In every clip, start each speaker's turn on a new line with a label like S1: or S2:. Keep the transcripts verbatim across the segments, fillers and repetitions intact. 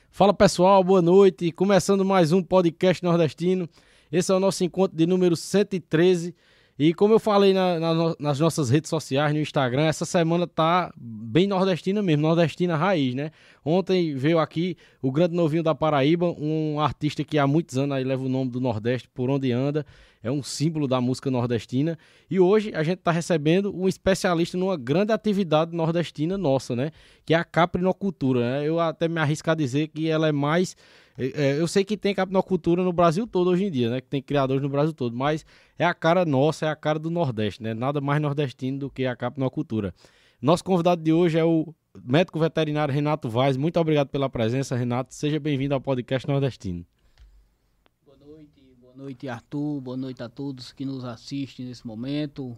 S1: Fala pessoal, boa noite, começando mais um podcast nordestino. Esse é o nosso encontro de número cento e treze e como eu falei na, na, nas nossas redes sociais, no Instagram, essa semana tá bem nordestina mesmo, nordestina raiz, né? Ontem veio aqui o Grande Novinho da Paraíba, um artista que há muitos anos aí leva o nome do Nordeste por onde anda, é um símbolo da música nordestina. E hoje a gente está recebendo um especialista numa grande atividade nordestina nossa, né? Que é a caprinocultura, né? Eu até me arrisco a dizer que ela é mais... É, eu sei que tem caprinocultura no Brasil todo hoje em dia, né? Que tem criadores no Brasil todo, mas é a cara nossa, é a cara do Nordeste, né? Nada mais nordestino do que a caprinocultura. Nosso convidado de hoje é o médico veterinário Renato Vaz. Muito obrigado pela presença, Renato. Seja bem-vindo ao podcast nordestino.
S2: Boa noite, boa noite, Arthur. Boa noite a todos que nos assistem nesse momento.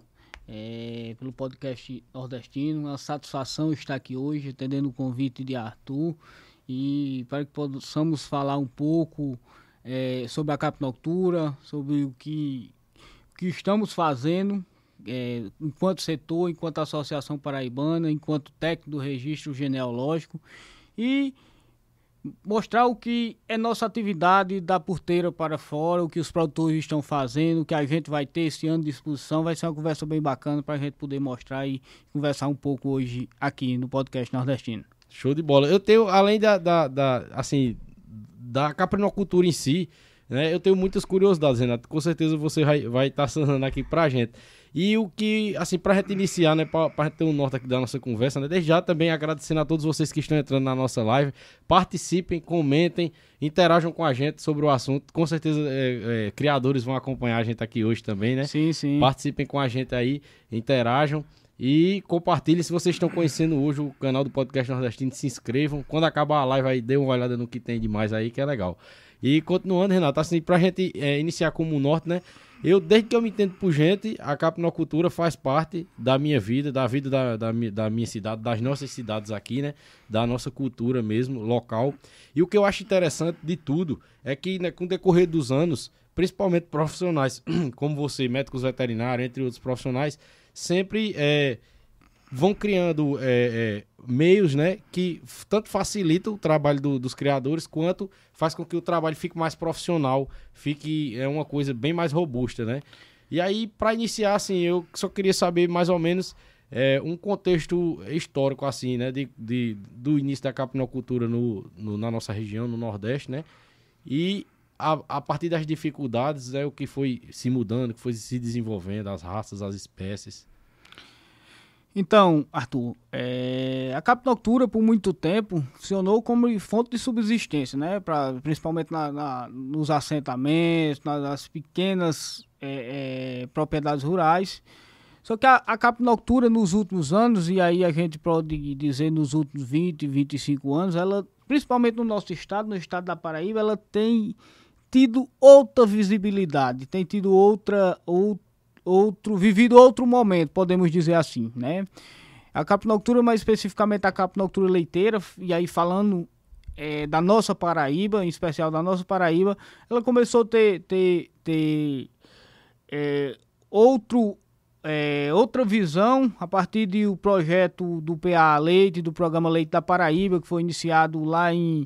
S2: É, pelo podcast nordestino, uma satisfação estar aqui hoje, atendendo o convite de Arthur. E para que possamos falar um pouco é, sobre a caprinocultura, sobre o que, que estamos fazendo é, enquanto setor, enquanto associação paraibana, enquanto técnico do registro genealógico e mostrar o que é nossa atividade da porteira para fora, o que os produtores estão fazendo, o que a gente vai ter esse ano de exposição. Vai ser uma conversa bem bacana para a gente poder mostrar e conversar um pouco hoje aqui no podcast nordestino.
S1: Show de bola. Eu tenho, além da, da, da, assim, da caprinocultura em si, né, eu tenho muitas curiosidades, Renato. Com certeza você vai, vai estar sanando aqui pra gente. E o que, assim, pra gente iniciar, né, pra, pra gente ter um norte aqui da nossa conversa, né, desde já também agradecendo a todos vocês que estão entrando na nossa live. Participem, comentem, interajam com a gente sobre o assunto. Com certeza é, é, criadores vão acompanhar a gente aqui hoje também, né?
S2: Sim, sim.
S1: Participem com a gente aí, interajam. E compartilhem, se vocês estão conhecendo hoje o canal do Podcast Nordestino, se inscrevam. Quando acabar a live aí, dê uma olhada no que tem de mais aí, que é legal. E continuando, Renato, assim, pra gente é, iniciar como norte, né? Eu, desde que eu me entendo por gente, a caprinocultura faz parte da minha vida, da vida da, da, da minha cidade, das nossas cidades aqui, né? Da nossa cultura mesmo, local. E o que eu acho interessante de tudo é que, né, com o decorrer dos anos, principalmente profissionais como você, médicos veterinários, entre outros profissionais, sempre é, vão criando é, é, meios, né, que tanto facilitam o trabalho do, dos criadores, quanto faz com que o trabalho fique mais profissional, fique é, uma coisa bem mais robusta, né? E aí, para iniciar, assim, eu só queria saber mais ou menos é, um contexto histórico, assim, né, de, de, do início da caprinocultura no, no, na nossa região, no Nordeste, né? E a, a partir das dificuldades, é o que foi se mudando, que foi se desenvolvendo, as raças, as espécies.
S2: Então, Arthur, é, a caprinocultura por muito tempo funcionou como fonte de subsistência, né? Pra, principalmente na, na, nos assentamentos, nas, nas pequenas é, é, propriedades rurais. Só que a, a caprinocultura nos últimos anos, e aí a gente pode dizer nos últimos vinte, vinte e cinco anos, ela, principalmente no nosso estado, no estado da Paraíba, ela tem tido outra visibilidade, tem tido outra, outra outro, vivido outro momento, podemos dizer assim, né? A caprinocultura, mais especificamente a caprinocultura leiteira, e aí falando é, da nossa Paraíba, em especial da nossa Paraíba, ela começou a ter, ter, ter é, outro, é, outra visão a partir do projeto do P A Leite, do Programa Leite da Paraíba, que foi iniciado lá em...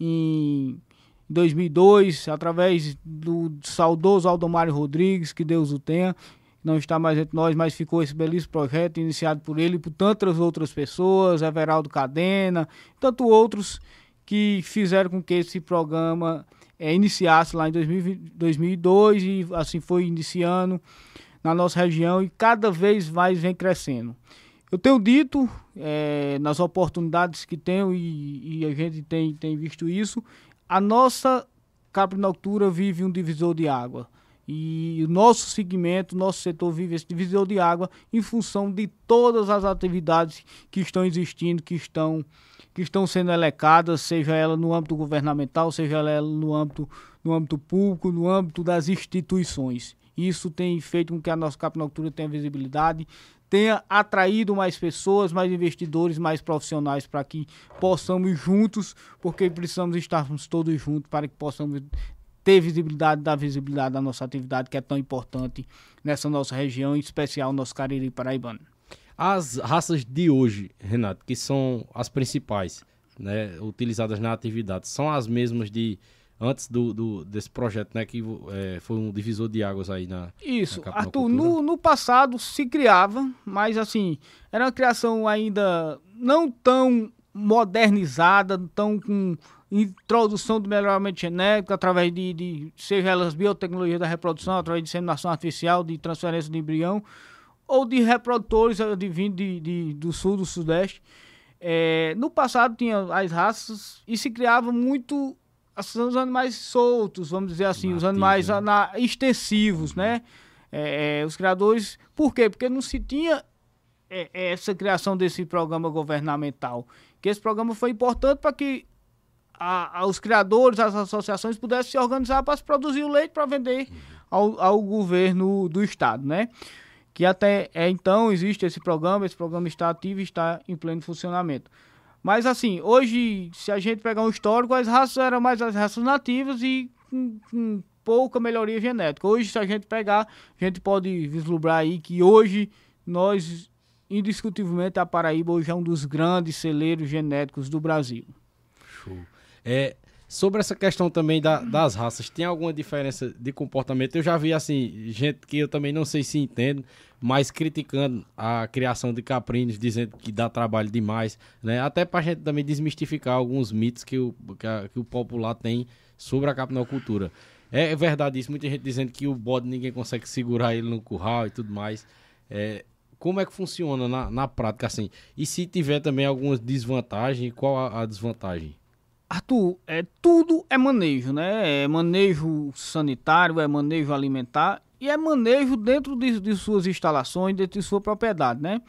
S2: em dois mil e dois, através do saudoso Aldomário Rodrigues, que Deus o tenha, não está mais entre nós, mas ficou esse belíssimo projeto iniciado por ele e por tantas outras pessoas, Everaldo Cadena, tanto outros que fizeram com que esse programa é, iniciasse lá em dois mil e dois e assim foi iniciando na nossa região e cada vez mais vem crescendo. Eu tenho dito, é, nas oportunidades que tenho e, e a gente tem, tem visto isso, a nossa caprinocultura vive um divisor de água e o nosso segmento, o nosso setor vive esse divisor de água em função de todas as atividades que estão existindo, que estão, que estão sendo elecadas, seja ela no âmbito governamental, seja ela no âmbito, no âmbito público, no âmbito das instituições. Isso tem feito com que a nossa caprinocultura tenha visibilidade, tenha atraído mais pessoas, mais investidores, mais profissionais para que possamos juntos, porque precisamos estarmos todos juntos para que possamos ter visibilidade, dar visibilidade da nossa atividade que é tão importante nessa nossa região, em especial nosso Cariri paraibano.
S1: As raças de hoje, Renato, que são as principais, né, utilizadas na atividade são as mesmas de antes do, do, desse projeto, né, que é, foi um divisor de águas aí na
S2: Isso,
S1: na
S2: Arthur, no, no passado se criava, mas assim, era uma criação ainda não tão modernizada, tão com introdução do melhoramento genético, através de, de seja elas biotecnologia da reprodução, através de inseminação artificial, de transferência de embrião, ou de reprodutores advindos de, de, do sul, do sudeste. É, no passado tinha as raças e se criava muito os animais soltos, vamos dizer assim, Nativa, os animais né? na, extensivos, uhum. né? É, é, os criadores, por quê? Porque não se tinha é, essa criação desse programa governamental, que esse programa foi importante para que a, a, os criadores, as associações pudessem se organizar para produzir o leite para vender uhum. ao, ao governo do estado, né? Que até é, então existe esse programa, esse programa está ativo e está em pleno funcionamento. Mas assim, hoje, se a gente pegar um histórico, as raças eram mais as raças nativas e com, com pouca melhoria genética. Hoje, se a gente pegar, a gente pode vislumbrar aí que hoje nós, indiscutivelmente, a Paraíba hoje é um dos grandes celeiros genéticos do Brasil.
S1: Show. É, sobre essa questão também da, das raças, tem alguma diferença de comportamento? Eu já vi, assim, gente que eu também não sei se entendo, mas criticando a criação de caprinos, dizendo que dá trabalho demais, né? Até pra gente também desmistificar alguns mitos que o, que, a, que o popular tem sobre a capinocultura. É verdade isso, muita gente dizendo que o bode ninguém consegue segurar ele no curral e tudo mais. É, como é que funciona na, na prática, assim? E se tiver também algumas desvantagens, qual a, a desvantagem?
S2: Arthur, é, tudo é manejo, né? É manejo sanitário, é manejo alimentar e é manejo dentro de, de suas instalações, dentro de sua propriedade, né?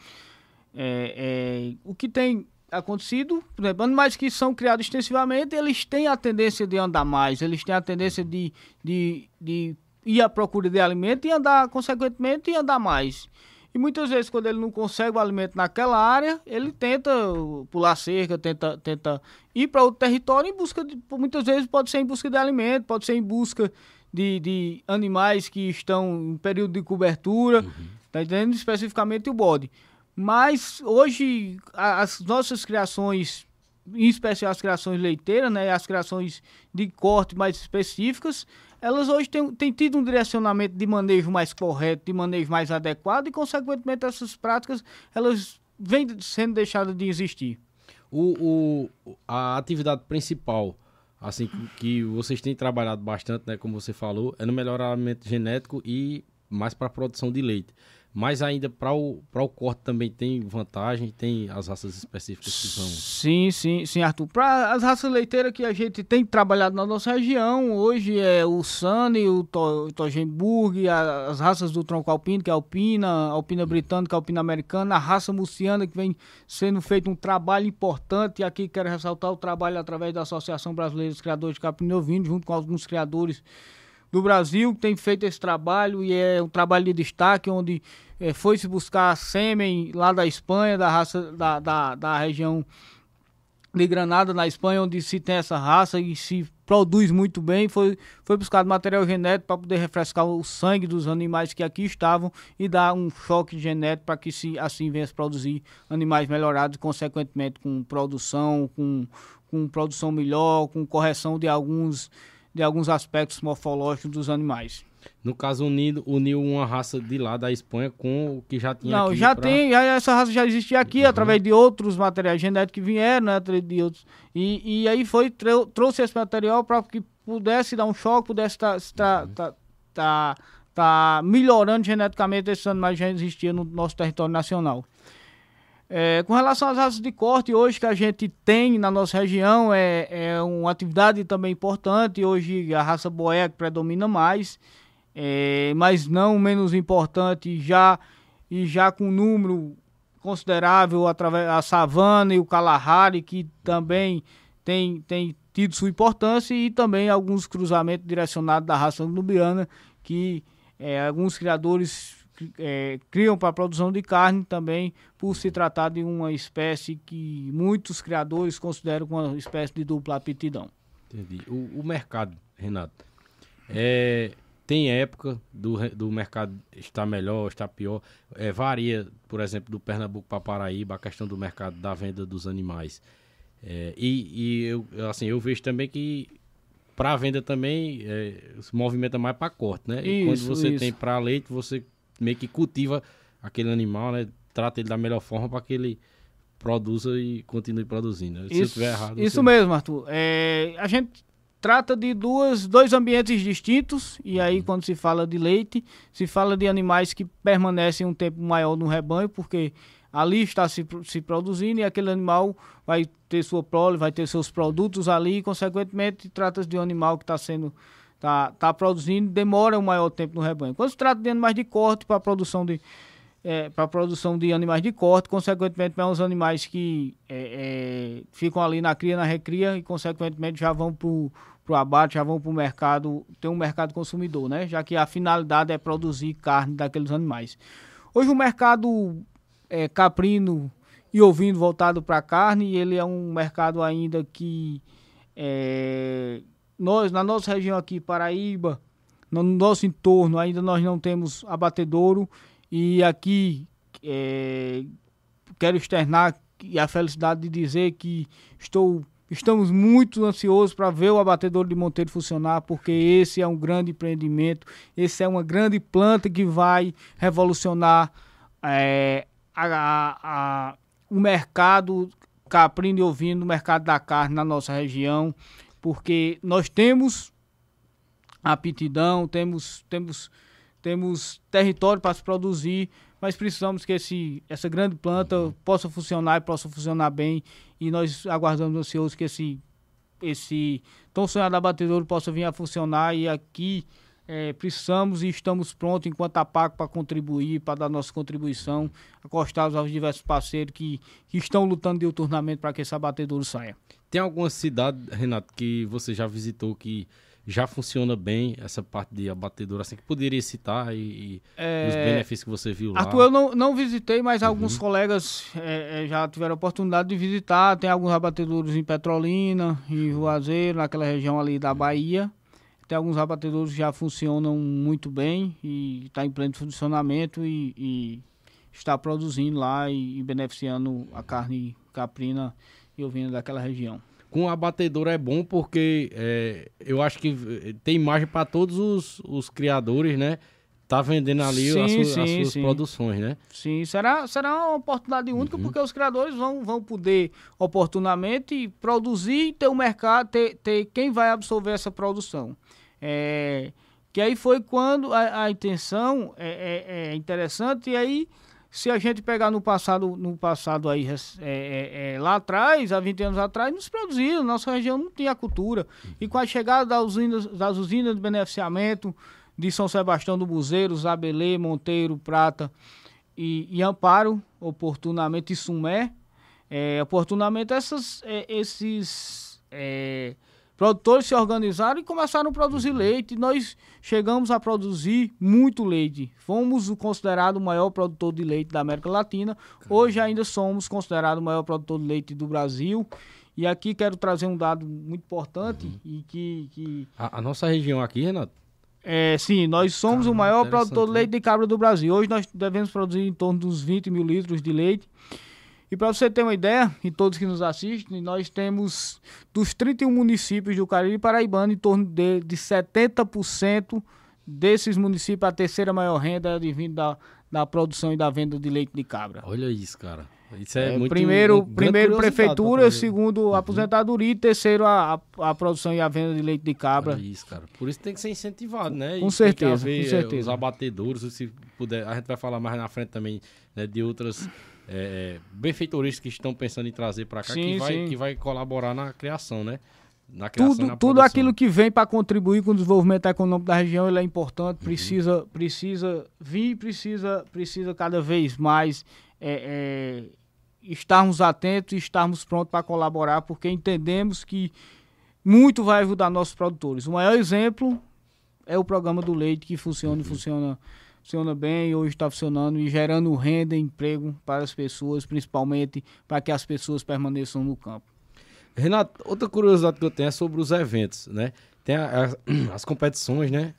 S2: É, é, o que tem acontecido, por exemplo, animais que são criados extensivamente, eles têm a tendência de andar mais, eles têm a tendência de, de, de ir à procura de alimento e andar, consequentemente, e andar mais. E muitas vezes, quando ele não consegue o alimento naquela área, ele tenta pular cerca, tenta, tenta ir para outro território em busca de, muitas vezes pode ser em busca de alimento, pode ser em busca de, de animais que estão em período de cobertura, uhum. tá entendendo? Especificamente o bode. Mas hoje, as nossas criações, em especial as criações leiteiras, né, as criações de corte mais específicas, elas hoje têm, têm tido um direcionamento de manejo mais correto, de manejo mais adequado e, consequentemente, essas práticas elas vêm sendo deixadas de existir.
S1: O, o, a atividade principal, assim, que vocês têm trabalhado bastante, né, como você falou, é no melhoramento genético e mais para a produção de leite. Mas ainda para o, para o corte também tem vantagem, tem as raças específicas que são...
S2: Sim, sim, sim, Arthur. Para as raças leiteiras que a gente tem trabalhado na nossa região, hoje é o Sunny, o Toggenburg, as raças do tronco alpino, que é a Alpina, a Alpina britânica, a Alpina americana, a raça Muciana, que vem sendo feito um trabalho importante, e aqui quero ressaltar o trabalho através da Associação Brasileira dos Criadores de Capim Ovino, junto com alguns criadores do Brasil, que tem feito esse trabalho, e é um trabalho de destaque, onde é, foi se buscar sêmen lá da Espanha, da raça da, da, da região de Granada, na Espanha, onde se tem essa raça e se produz muito bem. Foi, foi buscado material genético para poder refrescar o sangue dos animais que aqui estavam e dar um choque genético para que se, assim venha a produzir animais melhorados, consequentemente com produção, com, com produção melhor, com correção de alguns de alguns aspectos morfológicos dos animais.
S1: No caso, unido, uniu uma raça de lá da Espanha com o que já tinha
S2: Não,
S1: aqui. Não,
S2: já
S1: pra...
S2: tem, já, essa raça já existia aqui, uhum. através de outros materiais genéticos que vieram, né, de outros, e, e aí foi, trou- trouxe esse material para que pudesse dar um choque, pudesse estar tá, uhum. tá, tá, tá melhorando geneticamente esses animais que já existiam no nosso território nacional. É, com relação às raças de corte, hoje que a gente tem na nossa região, é, é uma atividade também importante. Hoje a raça boé predomina mais, é, mas não menos importante, já, e já com um número considerável, através a Savana e o Kalahari, que também tem, tem tido sua importância, e também alguns cruzamentos direcionados da raça nubiana, que é, alguns criadores É, criam para a produção de carne também, por se tratar de uma espécie que muitos criadores consideram uma espécie de dupla aptidão.
S1: Entendi. O, o mercado, Renato, é, tem época do, do mercado estar melhor, estar pior, é, varia, por exemplo, do Pernambuco para Paraíba, a questão do mercado da venda dos animais. É, e e eu, assim, eu vejo também que para venda também é, se movimenta mais para corte, né? E
S2: Isso,
S1: quando você
S2: isso.
S1: tem para leite, você meio que cultiva aquele animal, né? Trata ele da melhor forma para que ele produza e continue produzindo. Se eu
S2: Isso,
S1: estiver errado...
S2: isso
S1: você...
S2: mesmo, Arthur. É, a gente trata de duas, dois ambientes distintos, e aí
S1: Uhum.
S2: quando se fala de leite, se fala de animais que permanecem um tempo maior no rebanho, porque ali está se, se produzindo e aquele animal vai ter sua prole, vai ter seus produtos ali, e consequentemente trata-se de um animal que está sendo tá, tá produzindo, demora um maior tempo no rebanho. Quando se trata de animais de corte para a produção de É, para a produção de animais de corte, consequentemente são os animais que é, é, ficam ali na cria, na recria e consequentemente já vão para o abate, já vão para o mercado, tem um mercado consumidor, né? Já que a finalidade é produzir carne daqueles animais. Hoje o mercado é, caprino e ovino voltado para a carne, ele é um mercado ainda que é, nós, na nossa região aqui, Paraíba, no nosso entorno, ainda nós não temos abatedouro. E aqui é, quero externar a felicidade de dizer que estou, estamos muito ansiosos para ver o abatedouro de Monteiro funcionar, porque esse é um grande empreendimento, esse é uma grande planta que vai revolucionar é, a, a, a, o mercado caprino e ovino, o mercado da carne na nossa região, porque nós temos aptidão, temos... temos Temos território para se produzir, mas precisamos que esse, essa grande planta uhum. possa funcionar e possa funcionar bem. E nós aguardamos ansiosos que esse, esse tão sonhado abatedouro possa vir a funcionar. E aqui é, precisamos e estamos prontos, enquanto a P A C, para contribuir, para dar nossa contribuição, acostados aos diversos parceiros que, que estão lutando diuturnamente para que esse abatedouro saia.
S1: Tem alguma cidade, Renato, que você já visitou que já funciona bem essa parte de abatedouro, assim, que poderia citar e, e é... os benefícios que você viu lá?
S2: Arthur, eu não, não visitei, mas uhum. alguns colegas é, já tiveram a oportunidade de visitar. Tem alguns abatedouros em Petrolina, em Juazeiro, naquela região ali da Bahia. Tem alguns abatedouros que já funcionam muito bem e está em pleno funcionamento e, e está produzindo lá e, e beneficiando a carne caprina e ovina daquela região.
S1: Com a abatedouro é bom porque é, eu acho que tem margem para todos os, os criadores, né? Tá vendendo ali sim, as, su, sim, as suas sim. produções, né?
S2: Sim, será, será uma oportunidade única uhum. porque os criadores vão, vão poder oportunamente produzir e ter um mercado, ter, ter quem vai absorver essa produção. É, que aí foi quando a, a intenção é, é, é interessante e aí... Se a gente pegar no passado, no passado aí, é, é, é, lá atrás, há vinte anos atrás, não se produzia, nossa região não tinha cultura. E com a chegada das usinas, das usinas de beneficiamento de São Sebastião do Buzeiro, Zabelê, Monteiro, Prata e, e Amparo, oportunamente, e Sumé, é, oportunamente essas, é, esses é, produtores se organizaram e começaram a produzir leite. Nós chegamos a produzir muito leite. Fomos o considerado o maior produtor de leite da América Latina. Hoje ainda somos considerado o maior produtor de leite do Brasil. E aqui quero trazer um dado muito importante. Uhum. e que, que...
S1: A, a nossa região aqui, Renato?
S2: É, sim, nós somos Caramba, o maior produtor de leite de cabra do Brasil. Hoje nós devemos produzir em torno dos vinte mil litros de leite. E para você ter uma ideia, e todos que nos assistem, nós temos dos trinta e um municípios do Cariri Paraibano, em torno de, de setenta por cento desses municípios, a terceira maior renda é advindo da, da produção e da venda de leite de cabra.
S1: Olha isso, cara. Isso é, é muito
S2: primeiro, primeiro prefeitura, segundo uhum. aposentadoria e terceiro a, a, a produção e a venda de leite de cabra.
S1: Olha isso, cara. Por isso tem que ser incentivado, né?
S2: Com
S1: e
S2: certeza,
S1: tem que haver,
S2: com certeza.
S1: Os abatedouros, se puder, a gente vai falar mais na frente também, né, de outras é, benfeitoristas que estão pensando em trazer para cá, sim, que, vai, que vai colaborar na criação, né? Na criação,
S2: tudo,
S1: na
S2: tudo aquilo que vem para contribuir com o desenvolvimento econômico da região, ele é importante,
S1: uhum.
S2: precisa, precisa vir, precisa, precisa cada vez mais é, é, estarmos atentos e estarmos prontos para colaborar, porque entendemos que muito vai ajudar nossos produtores. O maior exemplo é o programa do leite, que funciona e uhum. funciona, funciona bem, hoje está funcionando e gerando renda e emprego para as pessoas, principalmente para que as pessoas permaneçam no campo.
S1: Renato, outra curiosidade que eu tenho é sobre os eventos, né? Tem a, a, as competições, né?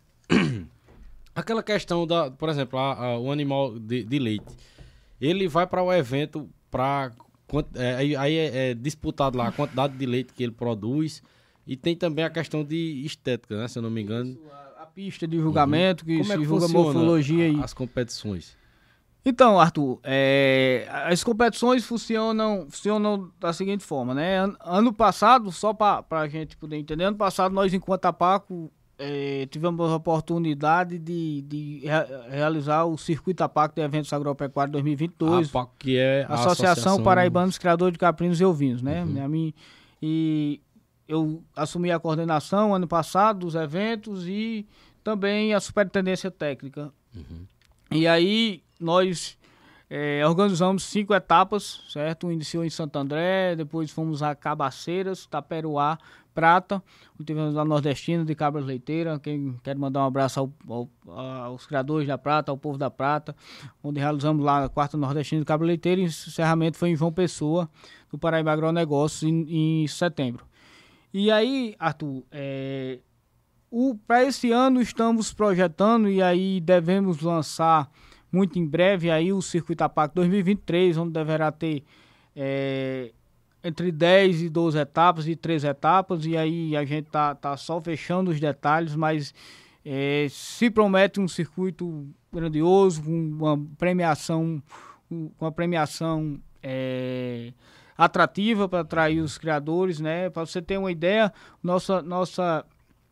S1: Aquela questão da, por exemplo, a, a, o animal de, de leite, ele vai para o evento para quant, é, aí aí é, é disputado lá a quantidade de leite que ele produz. E tem também a questão de estética, né? Se eu não me engano.
S2: Isso, a, a pista de julgamento, uhum. que
S1: Como
S2: se
S1: é que
S2: julga
S1: funciona
S2: morfologia e...
S1: as competições?
S2: Então, Arthur, é, as competições funcionam, funcionam da seguinte forma, né? Ano, ano passado, só para a gente poder entender, ano passado nós, enquanto APACO, é, tivemos a oportunidade de, de rea, realizar o Circuito APACO de Eventos Agropecuários dois mil e vinte e dois.
S1: A APACO, que é a
S2: Associação,
S1: Associação
S2: Paraibana dos Criadores de Caprinos e Ovinos, né?
S1: Uhum.
S2: A mim, e eu assumi a coordenação ano passado dos eventos e também a superintendência técnica.
S1: Uhum.
S2: E aí nós é, organizamos cinco etapas, certo? Iniciou em Santo André, depois fomos a Cabaceiras, Taperoá, Prata, tivemos a Nordestina de Cabras Leiteiras. Quem quer mandar um abraço ao, ao, aos criadores da Prata, ao povo da Prata, onde realizamos lá a quarta Nordestina de Cabras Leiteiras. E o encerramento foi em João Pessoa, no Paraíba Agronegócios, em, em setembro. E aí, Arthur, é, para esse ano estamos projetando e aí devemos lançar muito em breve aí o Circuito APACO dois mil e vinte e três, onde deverá ter é, entre dez e doze etapas e três etapas, e aí a gente tá, tá só fechando os detalhes, mas é, se promete um circuito grandioso, com uma premiação, com uma premiação é, atrativa para atrair os criadores, né? Para você ter uma ideia, nossa, nossa,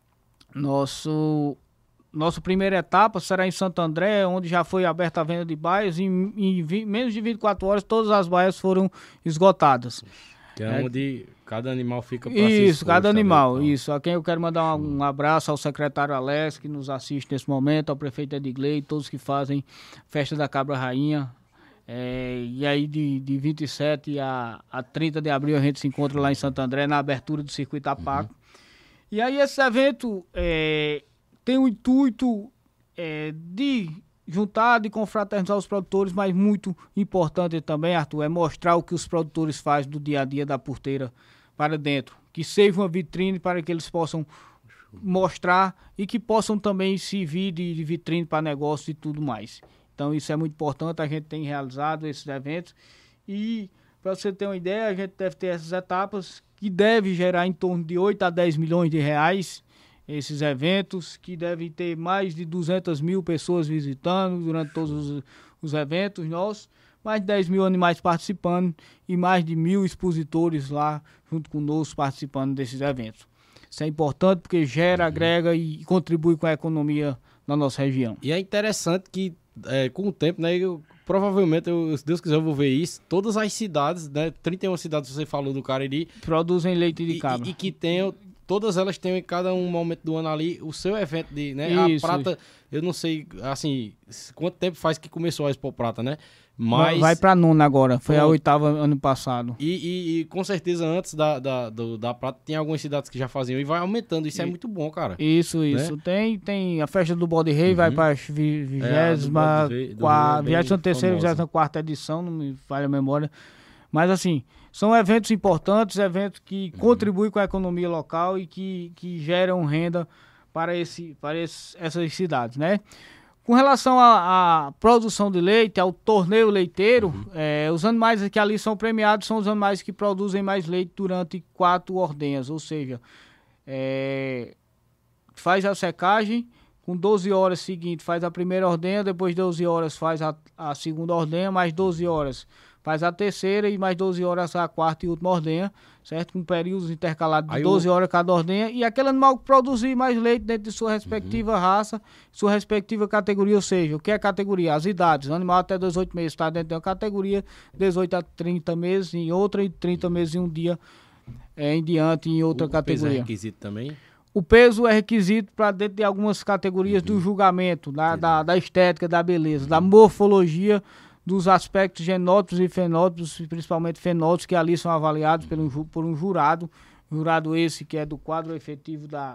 S2: nosso Nossa primeira etapa será em Santo André, onde já foi aberta a venda de baias e em, em vi, menos de vinte e quatro horas todas as baias foram esgotadas.
S1: Que é, é onde cada animal fica para
S2: Isso, cada animal,
S1: também, então.
S2: Isso. A quem eu quero mandar um, um abraço ao secretário Alex, que nos assiste nesse momento, ao prefeito Edgley, todos que fazem Festa da Cabra Rainha. É, e aí de, de vinte e sete a, a trinta de abril a gente se encontra lá em Santo André, na abertura do Circuito APACO. Uhum. E aí esse evento... É, tem o intuito é, de juntar, de confraternizar os produtores, mas muito importante também, Arthur, é mostrar o que os produtores fazem do dia a dia da porteira para dentro. Que seja uma vitrine para que eles possam mostrar e que possam também servir de, de vitrine para negócios e tudo mais. Então isso é muito importante, a gente tem realizado esses eventos e, para você ter uma ideia, a gente deve ter essas etapas que devem gerar em torno de oito a dez milhões de reais esses eventos, que devem ter mais de duzentas mil pessoas visitando durante todos os, os eventos nossos, mais de dez mil animais participando e mais de mil expositores lá junto conosco participando desses eventos. Isso é importante porque gera, uhum. agrega e contribui com a economia na nossa região.
S1: E é interessante que é, com o tempo, né, eu, provavelmente, eu, se Deus quiser, eu vou ver isso, todas as cidades, né, trinta e uma cidades, você falou do Cariri,
S2: produzem leite de cabra.
S1: E, e que tenham... Todas elas têm em cada um momento do ano ali o seu evento de, né?
S2: Isso,
S1: a Prata,
S2: isso.
S1: eu não sei, assim, quanto tempo faz que começou a Expo Prata, né? Mas...
S2: Vai pra nona agora, foi
S1: Pronto.
S2: a oitava ano passado.
S1: E, e, e com certeza antes da, da, do, da Prata tem algumas cidades que já faziam e vai aumentando, isso e, é muito bom, cara.
S2: Isso, isso. Né? Tem, tem a festa do Bode Rei, uhum. vai pra vigésima, vigésima terceira, vigésima quarta edição, não me falha a memória. Mas assim, são eventos importantes, eventos que uhum. contribuem com a economia local e que, que geram renda para, esse, para esse, essas cidades, né? Com relação à, à produção de leite, ao torneio leiteiro, uhum. é, os animais que ali são premiados são os animais que produzem mais leite durante quatro ordenhas, ou seja, é, faz a secagem, com doze horas seguintes faz a primeira ordenha, depois de doze horas faz a, a segunda ordenha, mais doze horas faz a terceira e mais doze horas a quarta e última ordenha, certo? Com períodos intercalados de Aí doze eu... horas cada ordenha. E aquele animal que produzir mais leite dentro de sua respectiva uhum. raça, sua respectiva categoria, ou seja, o que é categoria? As idades. O animal até dezoito meses está dentro de uma categoria, dezoito a trinta meses em outra e trinta meses em um dia é, em diante em outra
S1: o
S2: categoria.
S1: O peso é requisito também?
S2: O peso é requisito para dentro de algumas categorias uhum. do julgamento, da, da, da estética, da beleza, uhum. da morfologia, dos aspectos genótipos e fenótipos, principalmente fenótipos, que ali são avaliados por um, por um jurado, jurado esse que é do quadro efetivo da,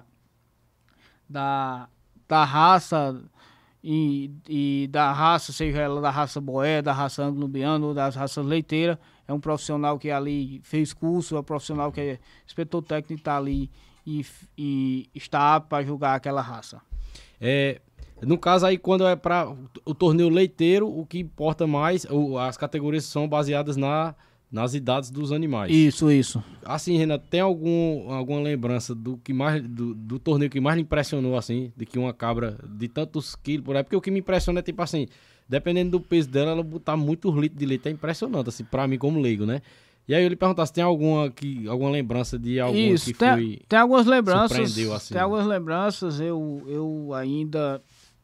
S2: da, da raça e, e da raça, seja ela da raça boé, da raça anglo-nubiana ou das raças leiteiras. É um profissional que ali fez curso, é um profissional que é inspetor técnico, está ali e, e está apto para julgar aquela raça.
S1: É... No caso aí, quando é para o torneio leiteiro, o que importa mais, ou as categorias são baseadas na, nas idades dos animais.
S2: Isso, isso.
S1: Assim, Renato, tem algum, alguma lembrança do, que mais, do, do torneio que mais lhe impressionou, assim, de que uma cabra de tantos quilos por aí? Porque o que me impressiona é, tipo assim, dependendo do peso dela, ela botar muitos litros de leite. É impressionante, assim, pra mim como leigo, né? E aí eu lhe perguntar se tem alguma, que, alguma lembrança de alguma
S2: Isso,
S1: que
S2: tem,
S1: foi...
S2: tem algumas lembranças,
S1: surpreendeu, assim.
S2: Tem algumas lembranças, eu, eu ainda...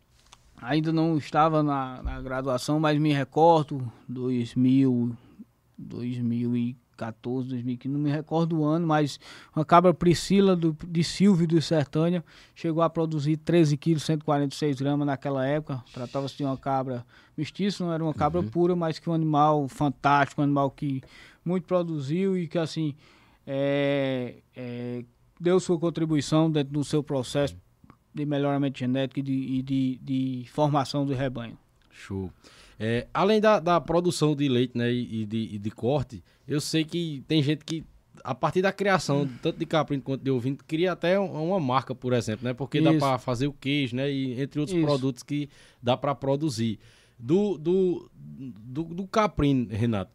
S2: Ainda não estava na, na graduação, mas me recordo, dois mil, dois mil e quatorze, dois mil e quinze, não me recordo o ano, mas uma cabra Priscila do, de Silvio do Sertânia chegou a produzir treze quilos, cento e quarenta e seis gramas naquela época. Tratava-se de uma cabra mestiça, não era uma cabra uhum. pura, mas que um animal fantástico, um animal que muito produziu e que assim é, é, deu sua contribuição dentro do seu processo de melhoramento genético e de, e de, de formação do rebanho.
S1: Show. É, além da, da produção de leite, né, e de, e de corte, eu sei que tem gente que, a partir da criação, tanto de caprino quanto de ovino, cria até uma marca, por exemplo, né? Porque Isso. dá para fazer o queijo, né? E entre outros Isso. produtos que dá para produzir. Do, do, do, do caprino, Renato,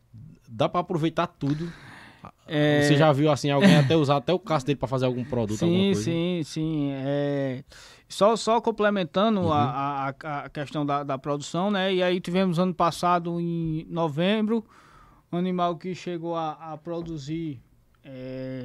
S1: dá para aproveitar tudo. É... Você já viu assim alguém até usar até o casco dele para fazer algum produto,
S2: sim,
S1: alguma coisa?
S2: Sim, sim, é... Só, só complementando uhum. a, a, a questão da, da produção, né? E aí tivemos ano passado, em novembro, um animal que chegou a, a produzir, é...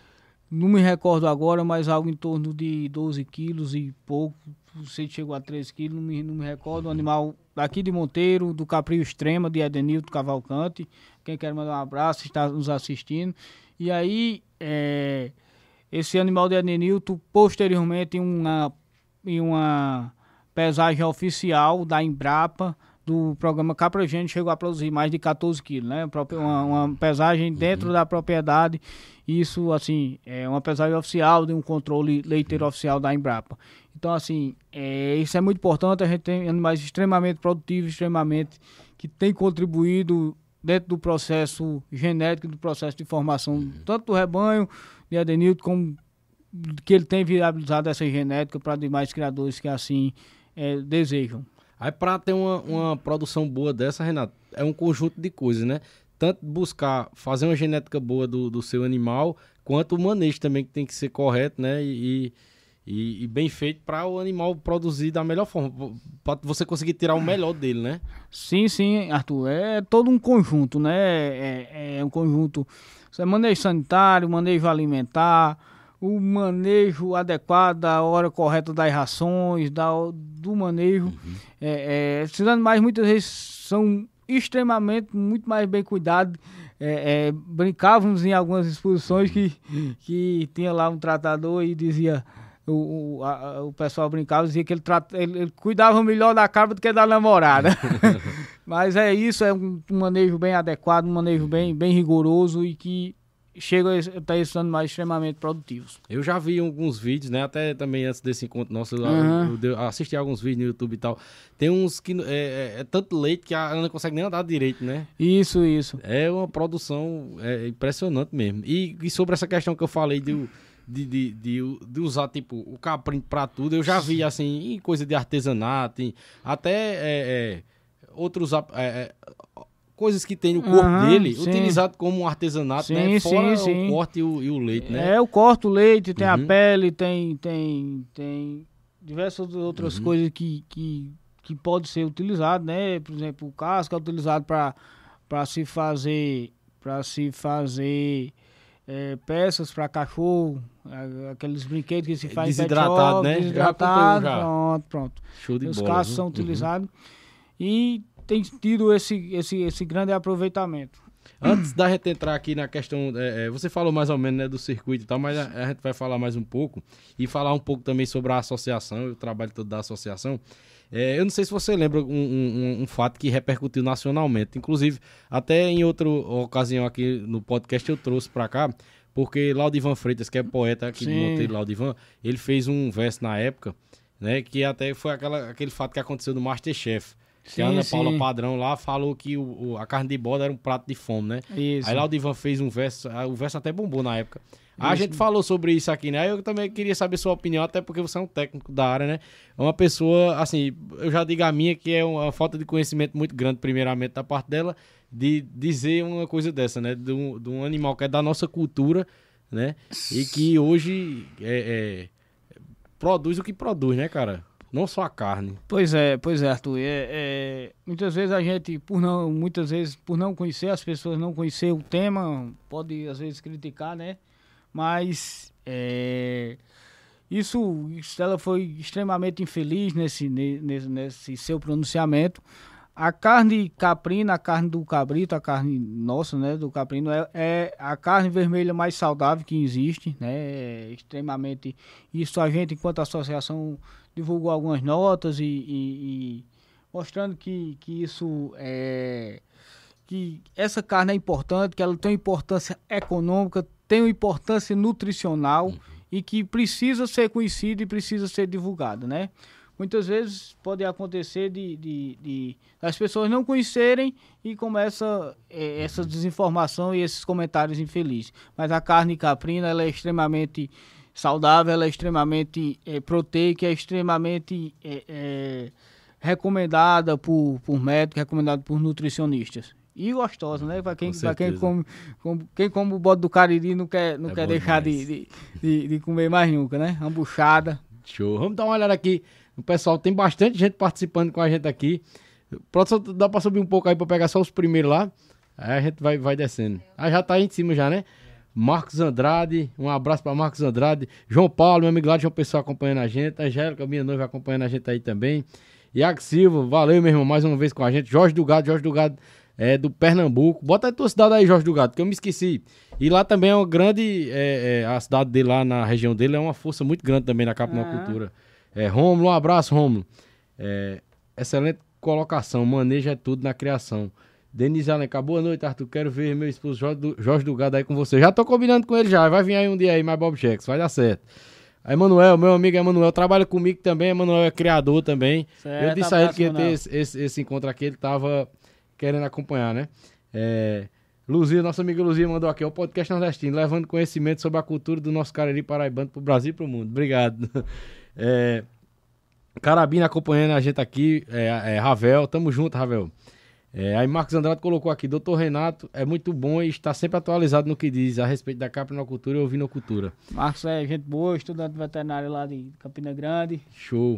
S2: não me recordo agora, mas algo em torno de doze quilos e pouco, não sei se chegou a treze quilos, não me, não me recordo, um animal daqui de Monteiro, do Caprio Extrema, de Edenilton Cavalcante. Quem quer mandar um abraço, está nos assistindo. E aí, é, esse animal de Edenilton, posteriormente, em uma, em uma pesagem oficial da Embrapa, do programa Caprogênio, chegou a produzir mais de quatorze quilos, né? Uma, uma pesagem dentro uhum. da propriedade. Isso, assim, é uma pesagem oficial de um controle leiteiro uhum. oficial da Embrapa. Então, assim, é, isso é muito importante. A gente tem animais extremamente produtivos, extremamente, que têm contribuído dentro do processo genético, do processo de formação, uhum. tanto do rebanho de Edenilton, como que ele tem viabilizado essa genética para demais criadores que assim é, desejam.
S1: Aí para ter uma, uma produção boa dessa, Renato, é um conjunto de coisas, né? Tanto buscar fazer uma genética boa do, do seu animal, quanto o manejo também que tem que ser correto, né? E, e, e bem feito para o animal produzir da melhor forma, para você conseguir tirar o melhor dele, né?
S2: Sim, sim, Arthur. É todo um conjunto, né? É, é um conjunto. É manejo sanitário, manejo alimentar, o manejo adequado da hora correta das rações, da, do manejo. Uhum. É, é, esses animais muitas vezes são extremamente, muito mais bem cuidados. É, é, brincávamos em algumas exposições que, que tinha lá um tratador e dizia, o, o, a, o pessoal brincava e dizia que ele, trata, ele, ele cuidava melhor da cabra do que da namorada. Mas é isso, é um, um manejo bem adequado, um manejo bem, bem rigoroso e que chega a estar esses animais extremamente produtivos.
S1: Eu já vi alguns vídeos, né? Até também antes desse encontro nosso, uhum. eu, eu assisti alguns vídeos no YouTube e tal. Tem uns que é, é, é tanto leite que ela não consegue nem andar direito, né?
S2: Isso, isso.
S1: É uma produção é, impressionante mesmo. E, e sobre essa questão que eu falei de, de, de, de, de usar tipo o caprino para tudo, eu já vi assim, em coisa de artesanato, em, até é, é, outros... É, coisas que tem no corpo uhum, dele, sim. utilizado como um artesanato, sim, né? Fora sim, sim. o corte e o, e o leite, né?
S2: É, o corte, o leite, tem uhum. a pele, tem, tem, tem diversas outras uhum. coisas que, que, que pode ser utilizado, né? Por exemplo, o casco é utilizado para se fazer, para se fazer é, peças para cachorro, aqueles brinquedos que se faz
S1: desidratado,
S2: em pet shop,
S1: né?
S2: Desidratado, já já. pronto, pronto.
S1: Show de
S2: Os
S1: bola. Os
S2: cascos são utilizados uhum. e tem tido esse, esse, esse grande aproveitamento.
S1: Antes da gente entrar aqui na questão, é, você falou mais ou menos, né, do circuito e tal, mas a, a gente vai falar mais um pouco e falar um pouco também sobre a associação e o trabalho todo da associação. É, eu não sei se você lembra um, um, um fato que repercutiu nacionalmente, inclusive até em outra ocasião aqui no podcast eu trouxe para cá, porque Laudivan Freitas, que é poeta aqui Sim. de Monteiro, Laudivan, ele fez um verso na época, né, que até foi aquela, aquele fato que aconteceu no MasterChef. que
S2: Sim,
S1: a Ana
S2: sim.
S1: Paula Padrão lá falou que o, o- a carne de bode era um prato de fome, né?
S2: Isso.
S1: Aí lá o Divan fez um verso, ah, o verso até bombou na época. Aí a
S2: Isso.
S1: gente falou sobre isso aqui, né? Aí eu também queria saber sua opinião, até porque você é um técnico da área, né? É uma pessoa, assim, eu já digo a minha que é uma falta de conhecimento muito grande, primeiramente, da parte dela, de dizer uma coisa dessa, né? De um, de um animal que é da nossa cultura, né? E que hoje é, é, produz o que produz, né, cara? Não só a carne.
S2: Pois é, pois é, Arthur. É, é, muitas vezes a gente, por não, muitas vezes, por não conhecer, as pessoas não conhecer o tema, pode às vezes criticar, né? Mas é, isso, isso, ela foi extremamente infeliz nesse, ne- nesse, nesse seu pronunciamento. A carne caprina, a carne do cabrito, a carne nossa, né, do caprino, é, é a carne vermelha mais saudável que existe, né? É extremamente. Isso a gente, enquanto associação, divulgou algumas notas e, e- e mostrando que, que isso é. Que essa carne é importante, que ela tem uma importância econômica, tem uma importância nutricional
S1: Uhum.
S2: e que precisa ser conhecida e precisa ser divulgada, né? Muitas vezes pode acontecer de, de, de as pessoas não conhecerem e começa eh, essa desinformação e esses comentários infelizes. Mas a carne caprina, ela é extremamente saudável, ela é extremamente eh, proteica, é extremamente eh, eh, recomendada por, por médicos, recomendada por nutricionistas. E gostosa, né? Para quem,
S1: Com
S2: pra quem
S1: certeza.
S2: come, come, quem come o bode do Cariri não quer, não
S1: É
S2: quer
S1: bom
S2: deixar
S1: demais.
S2: de, de, de, de comer mais nunca, né? Uma buchada.
S1: Show. Vamos dar uma olhada aqui. O pessoal, tem bastante gente participando com a gente aqui. Produção, dá pra subir um pouco aí pra pegar só os primeiros lá. Aí a gente vai, vai descendo. Ah, já tá aí em cima já, né? Marcos Andrade, um abraço pra Marcos Andrade. João Paulo, meu amigo lá de João Pessoa acompanhando a gente. Angélica, minha noiva, acompanhando a gente aí também. Iago Silva, valeu, meu irmão, mais uma vez com a gente. Jorge Dugado, Jorge Dugado é do Pernambuco. Bota a tua cidade aí, Jorge Dugado, que eu me esqueci. E lá também é uma grande, é, é, a cidade dele lá na região dele é uma força muito grande também na Capinocultura. É, Rômulo, um abraço, Rômulo. É, excelente colocação, manejo é tudo na criação. Denise Alencar, boa noite, Arthur, quero ver meu esposo Jorge, Du- Jorge Dugado aí com você. Já tô combinando com ele já, vai vir aí um dia aí, mais Bob Chex, vai dar certo. Aí, Emanuel, meu amigo Emanuel, trabalha comigo também, Emanuel é criador também.
S2: Certo,
S1: Eu disse a ele que ia
S2: abraço,
S1: ter esse, esse, esse encontro aqui, ele tava querendo acompanhar, né? É, Luzia, nossa amiga Luzia mandou aqui, é o podcast nordestino, levando conhecimento sobre a cultura do nosso Cariri paraibano pro Brasil e pro mundo. Obrigado. É, Carabina acompanhando a gente aqui, é, é, Ravel, tamo junto, Ravel. É, aí Marcos Andrade colocou aqui, doutor Renato é muito bom e está sempre atualizado no que diz a respeito da caprinocultura e ovinocultura.
S2: Marcos é gente boa, estudante veterinário lá de Campina Grande.
S1: Show.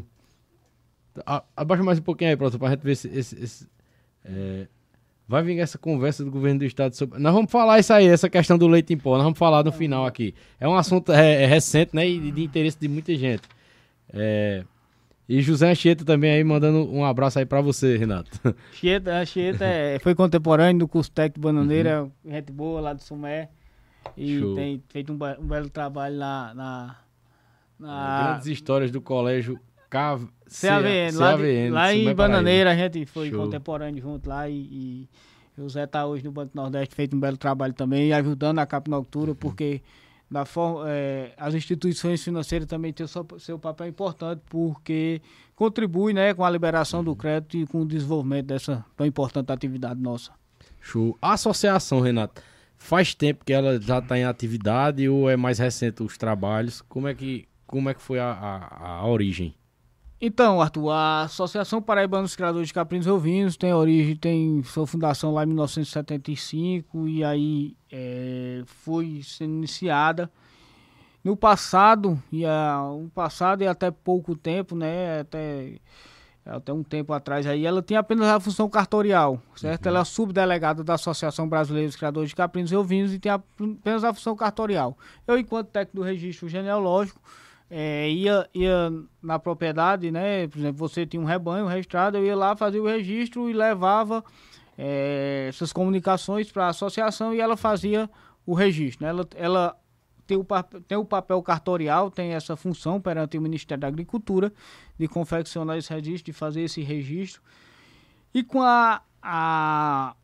S1: A- abaixa mais um pouquinho aí, professor, pra gente ver esse... esse- esse, é, vai vir essa conversa do governo do estado sobre... Nós vamos falar isso aí, essa questão do leite em pó, nós vamos falar no final aqui. É um assunto é, é recente, né, e de interesse de muita gente. É... E José Anchieta também aí, mandando um abraço aí pra você, Renato.
S2: Chieta, a Chieta é, foi contemporâneo do curso técnico de bananeira, gente boa lá do Sumé. E
S1: Show.
S2: tem feito um, be- um belo trabalho lá na... na
S1: Grandes histórias do colégio K...
S2: C A V N, lá, de-
S1: C A V N,
S2: lá
S1: Sumé,
S2: em
S1: Paraíba.
S2: Bananeira a gente foi
S1: Show.
S2: contemporâneo junto lá e, e o Zé tá hoje no Banco Nordeste, feito um belo trabalho também, ajudando a Capinocultura, porque da forma, é, as instituições financeiras também têm o seu, seu papel importante, porque contribui, né, com a liberação do crédito e com o desenvolvimento dessa tão importante atividade nossa.
S1: Show. A associação, Renato, faz tempo que ela já está em atividade ou é mais recente os trabalhos? Como é que, como é que foi a, a, a origem?
S2: Então, Arthur, a Associação Paraibana dos Criadores de Caprinos e Ovinos tem origem, tem sua fundação lá em mil novecentos e setenta e cinco e aí é, foi sendo iniciada. No passado, e a, um passado e até pouco tempo, né, até, até um tempo atrás aí, ela tinha apenas a função cartorial, certo?
S1: Uhum.
S2: Ela é subdelegada da Associação Brasileira dos Criadores de Caprinos e Ovinos e tem apenas a função cartorial. Eu, enquanto técnico do registro genealógico, É, ia, ia na propriedade, né? Por exemplo, você tinha um rebanho registrado, eu ia lá fazer o registro e levava é, essas comunicações para a associação e ela fazia o registro, né? Ela, ela tem, o, pap- tem o papel cartorial, tem essa função perante o Ministério da Agricultura de confeccionar esse registro, de fazer esse registro. E com a, a,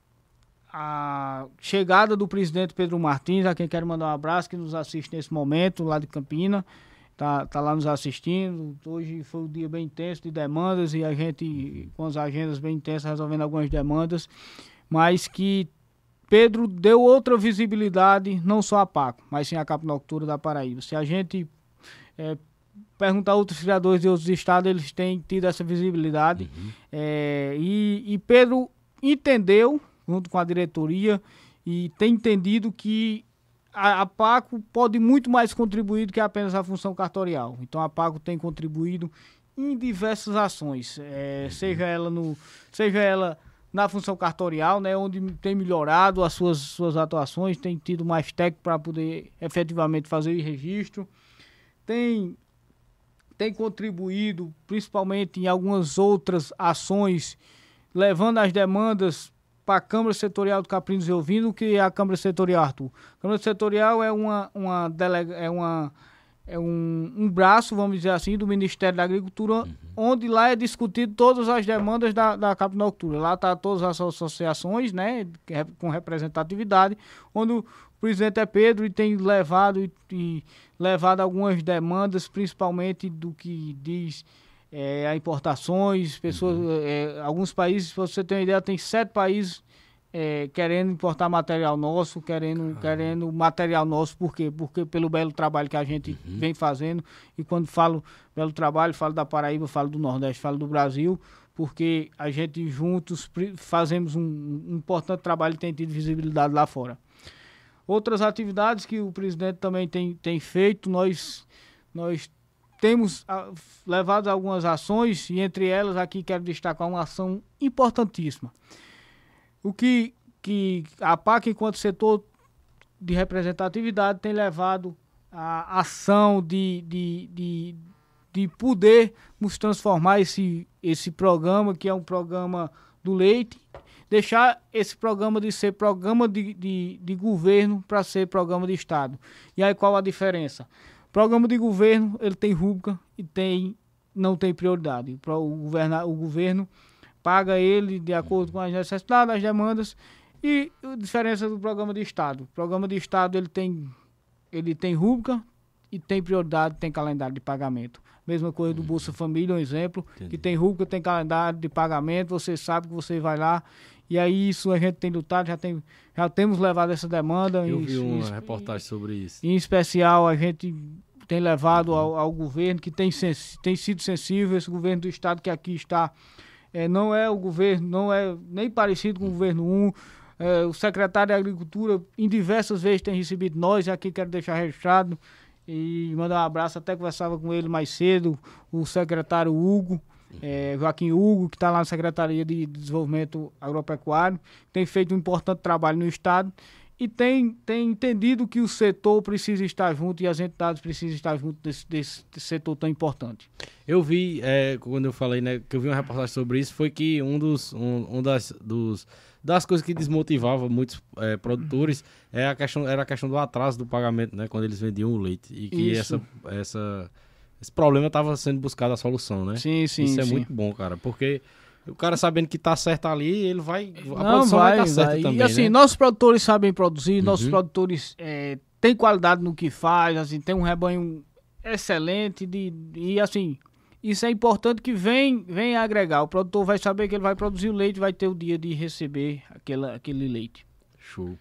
S2: a chegada do presidente Pedro Martins, a quem quero mandar um abraço, que nos assiste nesse momento, lá de Campina, tá, tá lá nos assistindo. Hoje foi um dia bem intenso de demandas e a gente com as agendas bem intensas resolvendo algumas demandas, mas que Pedro deu outra visibilidade, não só a Paco, mas sim a Capnocultura da Paraíba. Se a gente é, perguntar a outros criadores de outros estados, eles têm tido essa visibilidade. Uhum. É, e, e Pedro entendeu, junto com a diretoria, e tem entendido que a, a Paco pode muito mais contribuir do que apenas a função cartorial. Então a Paco tem contribuído em diversas ações, é, uhum. seja ela no, seja ela na função cartorial, né, onde tem melhorado as suas, suas atuações, tem tido mais técnico para poder efetivamente fazer o registro, tem, tem contribuído principalmente em algumas outras ações, levando as demandas para a Câmara Setorial do Caprinos e Ouvindo, que é a Câmara Setorial, Arthur. A Câmara Setorial é, uma, uma, delega, é, uma, é um, um braço, vamos dizer assim, do Ministério da Agricultura, uhum. onde lá é discutido todas as demandas da, da Capnocultura. Lá está todas as associações, né, com representatividade, onde o presidente é Pedro e tem levado, e, e levado algumas demandas, principalmente do que diz é, a importações, pessoas, uhum. é, alguns países, se você tem uma ideia, tem sete países é, querendo importar material nosso, querendo, querendo material nosso, por quê? Porque pelo belo trabalho que a gente uhum. vem fazendo, e quando falo belo trabalho, falo da Paraíba, falo do Nordeste, falo do Brasil, porque a gente juntos fazemos um, um importante trabalho e tem tido visibilidade lá fora. Outras atividades que o presidente também tem, tem feito, nós, nós temos a, levado algumas ações, e entre elas aqui quero destacar uma ação importantíssima. O que, que a Paco, enquanto setor de representatividade, tem levado a ação de, de, de, de podermos transformar esse, esse programa, que é um programa do leite, deixar esse programa de ser programa de, de, de governo para ser programa de Estado. E aí qual a diferença? Programa de governo, ele tem rúbrica e tem, não tem prioridade. O governo, o governo paga ele de acordo com as necessidades, as demandas, e a diferença do programa de Estado. O programa de Estado ele tem, ele tem rúbrica e tem prioridade, tem calendário de pagamento. Mesma coisa do Bolsa Família, um exemplo, Entendi. que tem rúbrica, tem calendário de pagamento, você sabe que você vai lá, e aí isso a gente tem lutado, já, tem, já temos levado essa demanda.
S1: Eu vi uma
S2: em,
S1: reportagem sobre isso.
S2: Em especial, a gente tem levado ao, ao governo, que tem, sens, tem sido sensível, esse governo do Estado que aqui está, é, não é o governo, não é nem parecido com o governo um. É, o secretário de Agricultura, em diversas vezes, tem recebido nós, e aqui quero deixar registrado, e mandar um abraço, até conversava com ele mais cedo, o secretário Hugo, é, Joaquim Hugo, que está lá na Secretaria de Desenvolvimento Agropecuário, tem feito um importante trabalho no Estado e tem, tem entendido que o setor precisa estar junto e as entidades precisam estar junto desse, desse, desse setor tão importante.
S1: Eu vi, é, quando eu falei, né, que eu vi uma reportagem sobre isso, foi que um dos, um, um das, dos, das coisas que desmotivava muitos é, produtores é a questão, era a questão do atraso do pagamento, né, quando eles vendiam o leite, e que essa, essa, esse problema estava sendo buscado a solução, né?
S2: Sim, sim,
S1: Isso é
S2: sim.
S1: muito bom, cara, porque o cara sabendo que tá certo ali, ele vai, a
S2: Não,
S1: produção vai estar tá certa
S2: vai.
S1: também,
S2: E assim,
S1: né?
S2: nossos produtores sabem produzir,
S1: Uhum.
S2: nossos produtores é, têm qualidade no que faz, assim, tem um rebanho excelente de, e assim, isso é importante que vem, vem agregar. O produtor vai saber que ele vai produzir o leite, vai ter o dia de receber aquela, aquele leite.
S1: Show.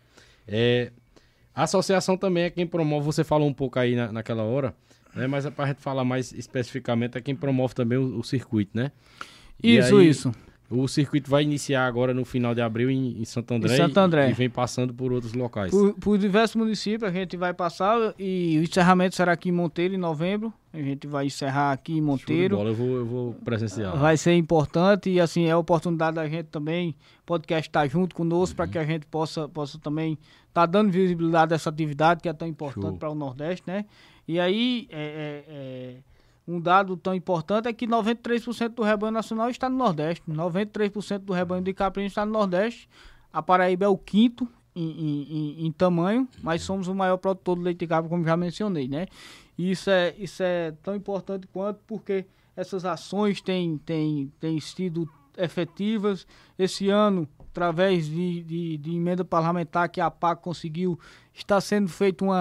S1: É, a associação também é quem promove, você falou um pouco aí na, naquela hora, né? Mas é para a gente falar mais especificamente, é quem promove também o, o circuito, né?
S2: Isso, aí, isso.
S1: O circuito vai iniciar agora no final de abril em, em Santo André,
S2: em Santo André.
S1: E, e vem passando por outros locais.
S2: Por, por diversos municípios a gente vai passar e o encerramento será aqui em Monteiro em novembro. A gente vai encerrar aqui em Monteiro.
S1: Show de bola, eu vou, eu vou presenciar.
S2: Vai ser importante e assim é a oportunidade da gente também, podcast estar junto conosco, uhum. para que a gente possa, possa também estar tá dando visibilidade a essa atividade que é tão importante para o Nordeste, né? E aí é, é, é, um dado tão importante é que noventa e três por cento do rebanho nacional está no Nordeste. noventa e três por cento do rebanho de caprinos está no Nordeste. A Paraíba é o quinto em, em, em, em tamanho, mas somos o maior produtor de leite de cabra, como já mencionei, né? E isso é, isso é tão importante quanto, porque essas ações têm, têm, têm sido efetivas. Esse ano, através de, de, de emenda parlamentar que a Paco conseguiu, está sendo feita uma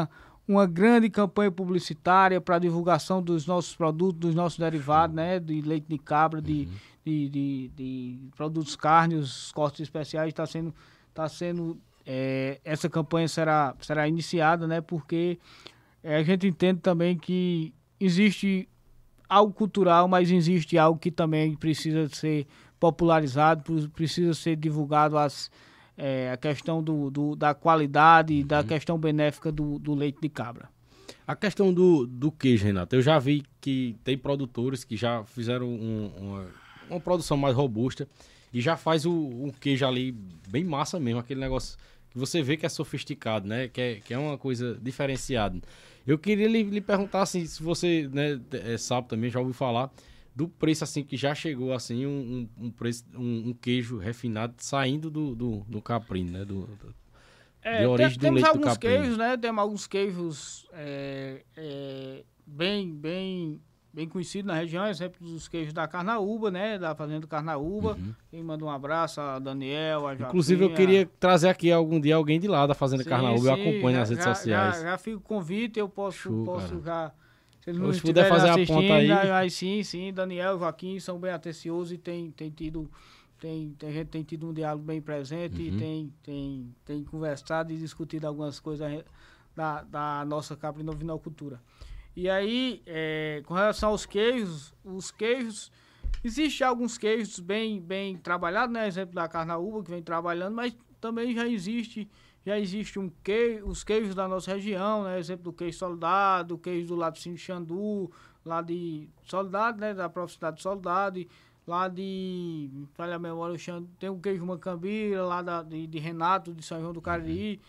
S2: uma grande campanha publicitária para divulgação dos nossos produtos, dos nossos derivados, né? De leite de cabra, de,
S1: Uhum.
S2: de, de, de produtos cárneos, cortes especiais. Está sendo, tá sendo é, essa campanha será, será iniciada, né? Porque é, a gente entende também que existe algo cultural, mas existe algo que também precisa ser popularizado, precisa ser divulgado as, é, a questão do, do, da qualidade, uhum. da questão benéfica do, do leite de cabra.
S1: A questão do, do queijo, Renato, eu já vi que tem produtores que já fizeram um, uma, uma produção mais robusta e já faz o, um queijo ali bem massa mesmo, aquele negócio que você vê que é sofisticado, né? Que é, que é uma coisa diferenciada. Eu queria lhe, lhe perguntar assim, se você, né, é, sabe também, já ouviu falar do preço assim que já chegou assim um, um, um, preço, um, um queijo refinado saindo do, do, do caprino, né? Do, do,
S2: é,
S1: de origem
S2: tem,
S1: do leite do caprino.
S2: Temos alguns queijos, né? Temos alguns queijos é, é, bem, bem, bem conhecidos na região, exemplo dos queijos da Carnaúba, né? Da fazenda Carnaúba. Uhum. Quem manda um abraço a Daniel, a Joaquim.
S1: Inclusive eu queria trazer aqui algum dia alguém de lá da fazenda sim, Carnaúba, sim, eu acompanho já, nas redes
S2: já,
S1: sociais.
S2: Já, já fica o convite, eu posso, Show, posso já... Se eles não
S1: se puder fazer a ponta aí.
S2: aí... Sim, sim, Daniel e Joaquim são bem atenciosos e tem, tem tido... Tem, tem, a gente tem tido um diálogo bem presente, uhum. e tem, tem, tem conversado e discutido algumas coisas da, da nossa caprinovinocultura. E aí, é, com relação aos queijos, os queijos, existem alguns queijos bem, bem trabalhados, né? Exemplo da Carnaúba, que vem trabalhando, mas também já existe, já existe um queijo, os queijos da nossa região, né? Exemplo do queijo Soldado, o queijo do Laticínio Xandu, lá de Soldado, né? Da própria cidade de Soldado, lá de, falha a memória, tem o queijo Macambira, lá da, de, de Renato, de São João do Cariri.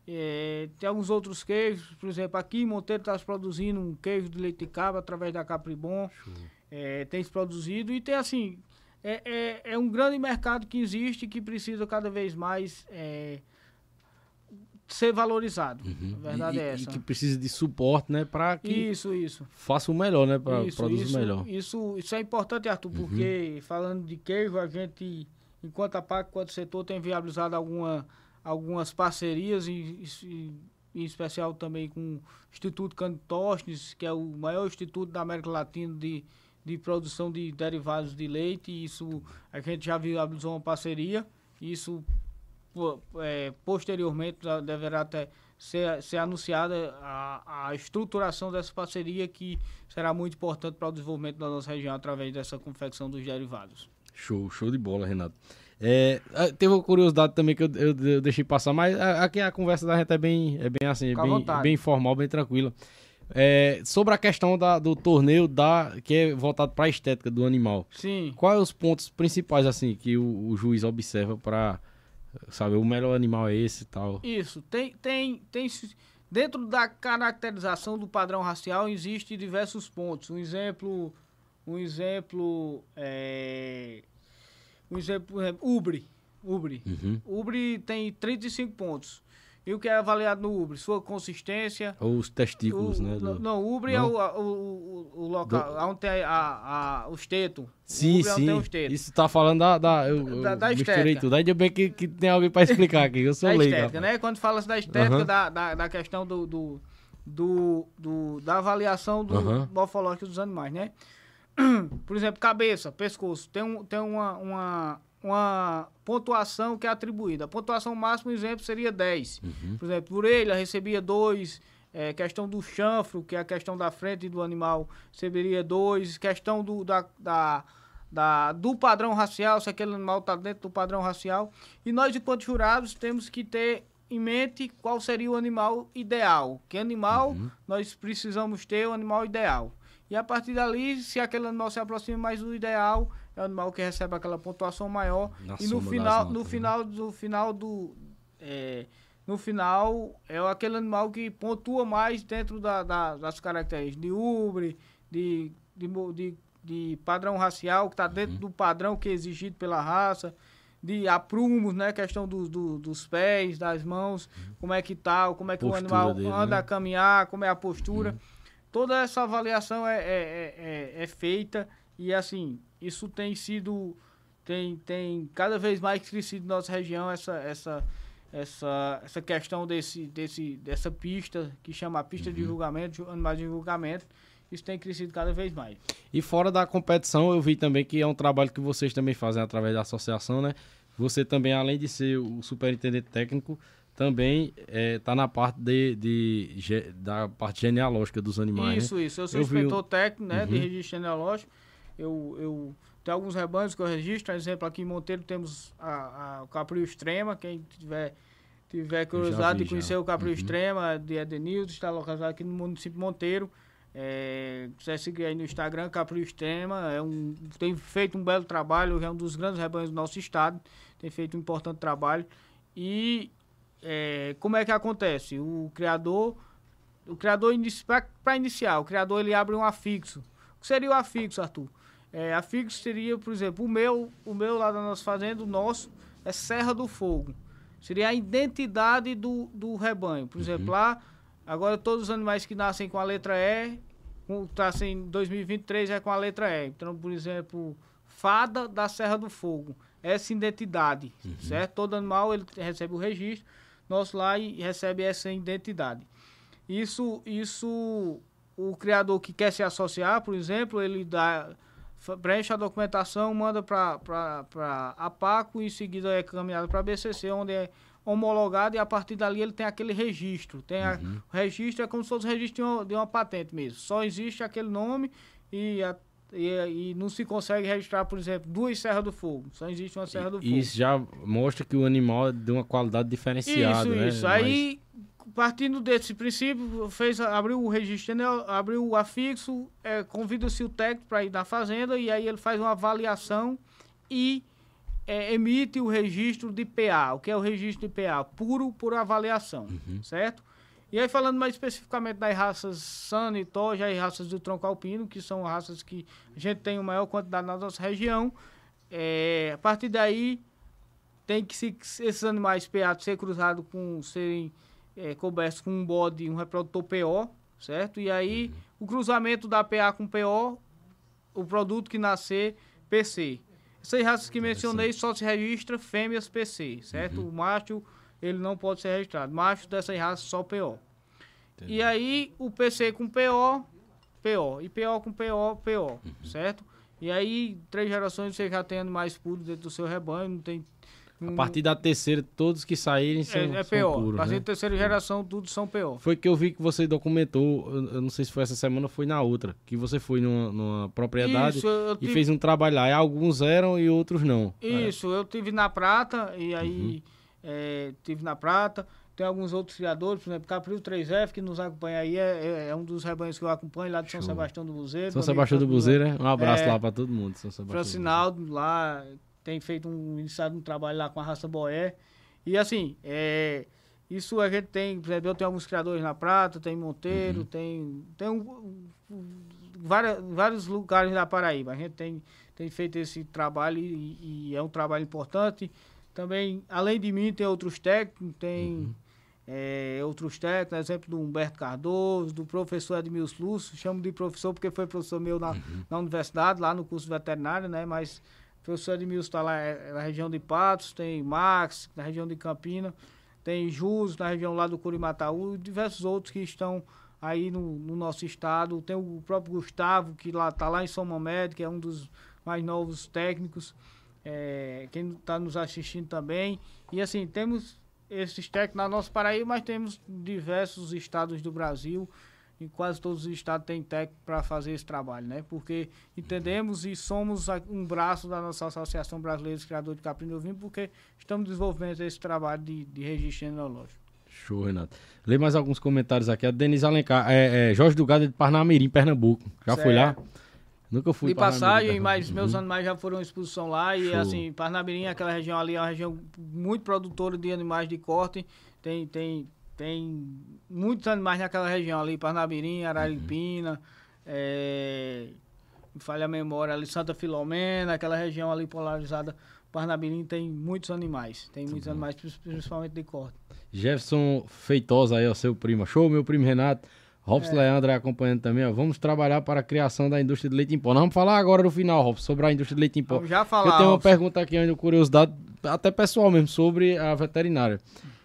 S2: É, tem alguns outros queijos, por exemplo, aqui em Monteiro está se produzindo um queijo de leite de cabra através da Capribon. É, tem se produzido e tem assim, é, é, é um grande mercado que existe que precisa cada vez mais é, ser valorizado. Uhum. A verdade
S1: e,
S2: é essa.
S1: E que precisa de suporte, né, para que
S2: isso, isso.
S1: faça o melhor, né, para produzir
S2: isso,
S1: o melhor.
S2: Isso, isso é importante, Arthur, uhum. porque falando de queijo, a gente, enquanto a P A C, enquanto setor, tem viabilizado alguma, algumas parcerias, e, e, em especial também com o Instituto Cândido Tostes, que é o maior instituto da América Latina de, de produção de derivados de leite, e isso a gente já viabilizou uma parceria, isso é, posteriormente deverá até ser, ser anunciada a, a estruturação dessa parceria, que será muito importante para o desenvolvimento da nossa região através dessa confecção dos derivados.
S1: Show, show de bola, Renato. É, teve uma curiosidade também que eu, eu, eu deixei passar, mas aqui a conversa da gente é bem, é bem assim, bem, bem informal, bem tranquila. É, sobre a questão da, do torneio da, que é voltado para a estética do animal.
S2: Sim.
S1: Quais os pontos principais assim que o, o juiz observa para saber o melhor animal é esse e tal?
S2: Isso, tem, tem, tem dentro da caracterização do padrão racial existem diversos pontos. Um exemplo, um exemplo é um exemplo, Ubre, Ubre. Uhum. Ubre tem trinta e cinco pontos. E o que é avaliado no Ubre? Sua consistência.
S1: Ou os testículos,
S2: o,
S1: né? Do...
S2: Não, o Ubre não? é o, o, o local, do... onde tem a, a, o esteto.
S1: Sim,
S2: o
S1: sim.
S2: É esteto.
S1: Isso tá falando da, da, eu,
S2: da, da
S1: eu
S2: estética.
S1: Tudo. Ainda bem que, que tem alguém para explicar aqui. Eu sou
S2: da
S1: leigo.
S2: Da estética,
S1: rapaz.
S2: né? Quando fala-se da estética,
S1: uhum.
S2: da, da, da questão do, do, do, do, da avaliação do uhum. morfológico dos animais, né? Por exemplo, cabeça, pescoço. Tem, um, tem uma... uma uma pontuação que é atribuída. A pontuação máxima, por exemplo, seria dez. Uhum. Por exemplo, orelha recebia dois. É, questão do chanfro, que é a questão da frente do animal, receberia dois. Questão do, da, da, da, do padrão racial, se aquele animal está dentro do padrão racial. E nós, enquanto jurados, temos que ter em mente qual seria o animal ideal. Que animal uhum. nós precisamos ter o animal ideal. E a partir dali, se aquele animal se aproxima mais do ideal, é o animal que recebe aquela pontuação maior. Na e no final, notas, no final, né? do final do, é, no final é aquele animal que pontua mais dentro da, da, das características de ubre, de, de, de, de padrão racial, que está dentro uhum. do padrão que é exigido pela raça, de aprumos, né? Questão do, do, dos pés, das mãos, uhum. como é que tá, como é que postura o animal dele, anda, né? A caminhar, como é a postura. Uhum. Toda essa avaliação é, é, é, é feita e, assim, isso tem sido, tem, tem cada vez mais crescido na nossa região, essa, essa, essa, essa questão desse, desse, dessa pista, que chama a pista uhum. de julgamento, animais de julgamento. Isso tem crescido cada vez mais.
S1: E fora da competição, eu vi também que é um trabalho que vocês também fazem através da associação, né? Você também, além de ser o superintendente técnico, também está é, na parte de, de, de, da parte genealógica dos animais.
S2: Isso,
S1: né?
S2: isso. Eu sou
S1: eu
S2: inspetor
S1: vi...
S2: técnico, né,
S1: uhum.
S2: de registro genealógico. Eu, eu tenho alguns rebanhos que eu registro. Por exemplo, aqui em Monteiro temos a, a, o Caprio Extrema. Quem tiver, tiver curiosidade vi, de conhecer já. o Caprio uhum. Extrema, de Edenilson, está localizado aqui no município de Monteiro. É, quiser seguir aí no Instagram, Caprio Extrema, é um, tem feito um belo trabalho, é um dos grandes rebanhos do nosso estado, tem feito um importante trabalho. E é, como é que acontece? O criador, o criador para iniciar, o criador ele abre um afixo. O que seria o afixo, Arthur? É, afixo seria, por exemplo, o meu, o meu lá da nossa fazenda, o nosso, é Serra do Fogo. Seria a identidade do, do rebanho. Por exemplo, uhum. lá, agora todos os animais que nascem com a letra E, nascem em dois mil e vinte e três é com a letra E. Então, por exemplo, Fada da Serra do Fogo. Essa identidade, uhum. certo? Todo animal ele recebe o registro, nosso lá e recebe essa identidade. Isso, isso, o criador que quer se associar, por exemplo, ele dá, preenche a documentação, manda para a Paco e em seguida é caminhado para a B C C, onde é homologado e a partir dali ele tem aquele registro. Tem a, uhum. O registro é como se fosse o registro de uma, de uma patente mesmo. Só existe aquele nome e, a, e, e não se consegue registrar, por exemplo, duas Serras do Fogo. Só existe uma Serra do Fogo.
S1: Isso já mostra que o animal é de uma qualidade diferenciada,
S2: isso,
S1: né?
S2: Isso, isso. Aí, partindo desse princípio, fez, abriu o registro, né? Abriu o afixo, é, convida-se o técnico para ir na fazenda e aí ele faz uma avaliação e É, emite o registro de P A. O que é o registro de P A? Puro por avaliação, uhum. certo? E aí falando mais especificamente das raças Sana e Toja e raças do tronco alpino, que são raças que a gente tem a maior quantidade na nossa região, é, a partir daí tem que se, esses animais P A ser cruzados com, serem é, cobertos com um bode, um reprodutor P O, certo? E aí uhum. o cruzamento da P A com P O, o produto que nascer P C. Essas raças que mencionei só se registra fêmeas P C, certo? Uhum. O macho, ele não pode ser registrado. Macho dessas raças só P O. Entendi. E aí, o P C com P O, P O. E P O com P O, P O, uhum. certo? E aí, três gerações você já tem animais puros dentro do seu rebanho, não tem...
S1: A partir da terceira, todos que saírem são,
S2: é, é P O.
S1: são puros,
S2: A partir
S1: né?
S2: da terceira geração, tudo são P O.
S1: Foi que eu vi que você documentou, eu não sei se foi essa semana ou foi na outra, que você foi numa, numa propriedade
S2: Isso, eu
S1: e
S2: tive...
S1: fez um trabalho lá. E alguns eram e outros não.
S2: Isso, é. eu tive na Prata, e aí uhum. é, tive na Prata. Tem alguns outros criadores, por exemplo, Caprio três F, que nos acompanha aí, é, é um dos rebanhos que eu acompanho lá de São Show. Sebastião do Buzeiro.
S1: São Sebastião do Buzeiro, é? Um abraço é, lá para todo mundo. São Sebastião
S2: Francinaldo lá... tem feito um, iniciado um trabalho lá com a raça Boé. E assim, é, isso a gente tem, por exemplo, eu tenho alguns criadores na Prata, tem Monteiro, uhum. tem, tem um, um, várias, vários lugares da Paraíba. A gente tem, tem feito esse trabalho e, e é um trabalho importante. Também, além de mim, tem outros técnicos, tem uhum. é, outros técnicos, exemplo do Humberto Cardoso, do professor Edmilson Lúcio, chamo de professor porque foi professor meu na, uhum. na universidade, lá no curso veterinário, né, mas... O professor Edmilson está lá na região de Patos, tem Max na região de Campina, tem Jus na região lá do Curimataú e diversos outros que estão aí no, no nosso estado. Tem o próprio Gustavo, que lá está lá em São Mamed, que é um dos mais novos técnicos, é, quem está nos assistindo também. E assim, temos esses técnicos na nossa Paraíba, mas temos diversos estados do Brasil. Em quase todos os estados tem técnico para fazer esse trabalho, né? Porque entendemos e somos um braço da nossa Associação Brasileira de Criadores de Caprino Ovino, porque estamos desenvolvendo esse trabalho de, de registro genealógico.
S1: Show, Renato. Lê mais alguns comentários aqui. A Denise Alencar, é, é, Jorge Dugado de Parnamirim, Pernambuco. Já foi lá? Nunca fui.
S2: De passagem, mas uhum. meus animais já foram em exposição lá. E
S1: Show.
S2: assim, Parnamirim, aquela região ali, é uma região muito produtora de animais de corte. Tem... tem Tem muitos animais naquela região ali, Parnamirim, Araripina, uhum. é, me falha a memória ali, Santa Filomena, aquela região ali polarizada, Parnamirim tem muitos animais, tem muitos uhum. animais, principalmente de corte.
S1: Jefferson Feitosa aí, ó, seu primo. Show, meu primo Renato. Robson é. Leandro acompanhando também, ó. Vamos trabalhar para a criação da indústria de leite em pó. Nós vamos falar agora no final, Robson, sobre a indústria de leite em pó.
S2: Vamos já falar,
S1: Eu tenho uma
S2: Robson.
S1: pergunta aqui, ainda curiosidade, até pessoal mesmo, sobre a veterinária.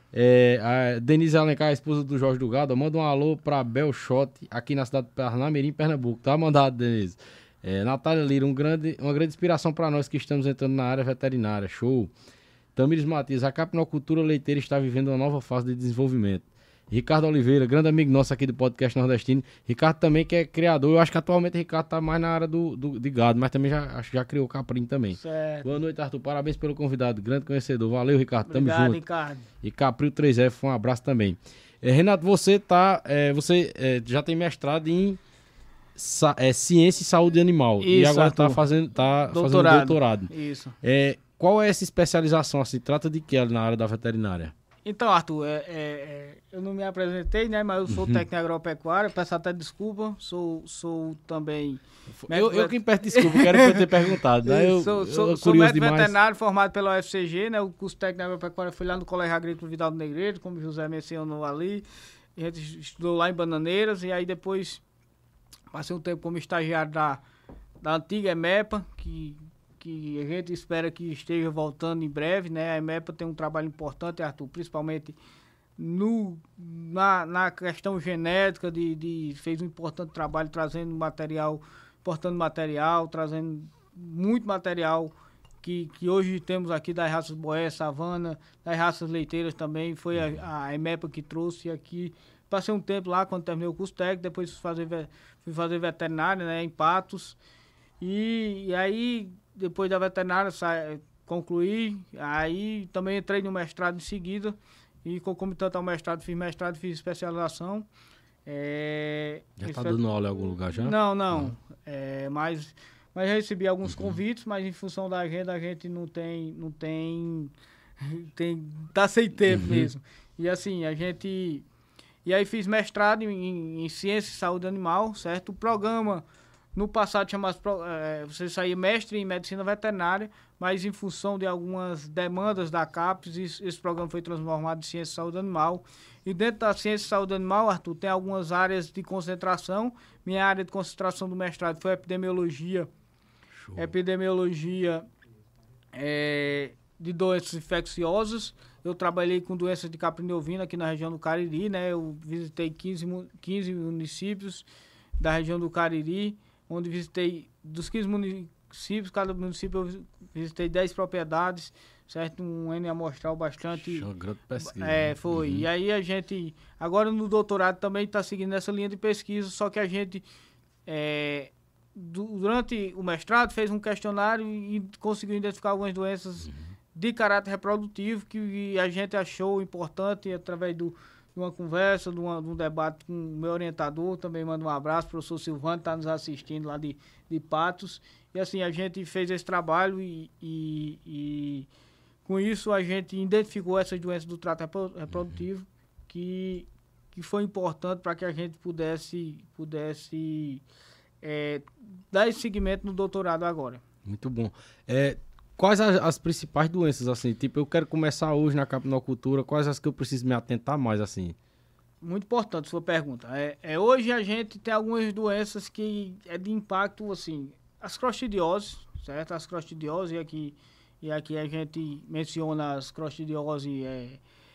S1: É, a Denise Alencar, a esposa do Jorge do Gado, manda um alô pra Bel Shot, aqui na cidade de Parnamirim, Pernambuco. Tá mandado, Denise. É, Natália Lira, um grande, uma grande inspiração para nós que estamos entrando na área veterinária. Show. Tamires Matias, a capinocultura leiteira está vivendo uma nova fase de desenvolvimento. Ricardo Oliveira, grande amigo nosso aqui do podcast nordestino. Ricardo também que é criador. Eu acho que atualmente o Ricardo tá mais na área do, do, de gado, mas também já, acho que já criou caprim também.
S2: Certo.
S1: Boa noite, Arthur. Parabéns pelo convidado. Grande conhecedor. Valeu, Ricardo.
S2: Obrigado,
S1: Tamo junto.
S2: Ricardo.
S1: E Capril três F, um abraço também. É, Renato, você tá. É, você é, já tem mestrado em sa, é, ciência e saúde animal.
S2: Isso,
S1: e agora
S2: Arthur.
S1: tá fazendo, tá
S2: Doutorado.
S1: fazendo doutorado.
S2: Isso.
S1: É, qual é essa especialização? Assim, trata de que na área da veterinária?
S2: Então, Arthur, é, é, é, eu não me apresentei, né? Mas eu sou
S1: Uhum.
S2: técnico agropecuário, peço até desculpa. Sou, sou também.
S1: Eu, eu que peço desculpa, quero eu ter perguntado. Né? Eu,
S2: sou
S1: eu,
S2: sou,
S1: eu
S2: sou
S1: curioso
S2: médico
S1: demais.
S2: veterinário formado pela U F C G, né? O curso técnico agropecuário foi lá no Colégio Agrícola Vidal do Negreiro, como o José mencionou ali. A gente estudou lá em Bananeiras e aí depois passei um tempo como estagiário da, da antiga EMEPA, que, que a gente espera que esteja voltando em breve, né? A EMEPA tem um trabalho importante, Arthur, principalmente no, na, na questão genética, de, de, fez um importante trabalho trazendo material, importando material, trazendo muito material que, que hoje temos aqui das raças boé, savana, das raças leiteiras também, foi a, a EMEPA que trouxe aqui. Passei um tempo lá quando terminei o curso técnico, depois fui fazer, fui fazer veterinária, né, em Patos. E, e aí, depois da veterinária, sa, concluí, aí também entrei no mestrado em seguida. E concomitante ao mestrado, fiz mestrado, fiz especialização. É,
S1: já está dando aula em algum lugar já?
S2: Não, não. não. É, mas, mas recebi alguns uhum. convites, mas em função da agenda a gente não tem... Não tem, tem tá sem tempo uhum. mesmo. E assim, a gente... E aí fiz mestrado em, em Ciência e Saúde Animal, certo? O programa, no passado, chamava, é, você saía mestre em Medicina Veterinária, mas em função de algumas demandas da CAPES, esse, esse programa foi transformado em Ciência e Saúde Animal. E dentro da Ciência e Saúde Animal, Arthur, tem algumas áreas de concentração. Minha área de concentração do mestrado foi Epidemiologia. Show. Epidemiologia é, de doenças infecciosas. Eu trabalhei com doenças de caprino ovino aqui na região do Cariri, né? Eu visitei quinze, quinze municípios da região do Cariri, onde visitei, dos quinze municípios, cada município eu visitei dez propriedades, certo? Um N amostral bastante...
S1: Uma grande pesquisa.
S2: É, foi. Uhum. E aí a gente, agora no doutorado também está seguindo essa linha de pesquisa, só que a gente, é, durante o mestrado, fez um questionário e conseguiu identificar algumas doenças uhum. de caráter reprodutivo que a gente achou importante através do, de uma conversa, de, uma, de um debate com o meu orientador. Também mando um abraço, o professor Silvano, que está nos assistindo lá de, de Patos. E assim, a gente fez esse trabalho e, e, e com isso a gente identificou essas doenças do trato reprodutivo que, que foi importante para que a gente pudesse, pudesse é, dar esse seguimento no doutorado agora.
S1: Muito bom. É... Quais as, as principais doenças, assim? Tipo, eu quero começar hoje na capinocultura, quais as que eu preciso me atentar mais, assim?
S2: Muito importante sua pergunta. É, é, hoje a gente tem algumas doenças que é de impacto, assim, as crostidioses, certo? As crostidioses, e aqui, e aqui a gente menciona as crostidioses, é,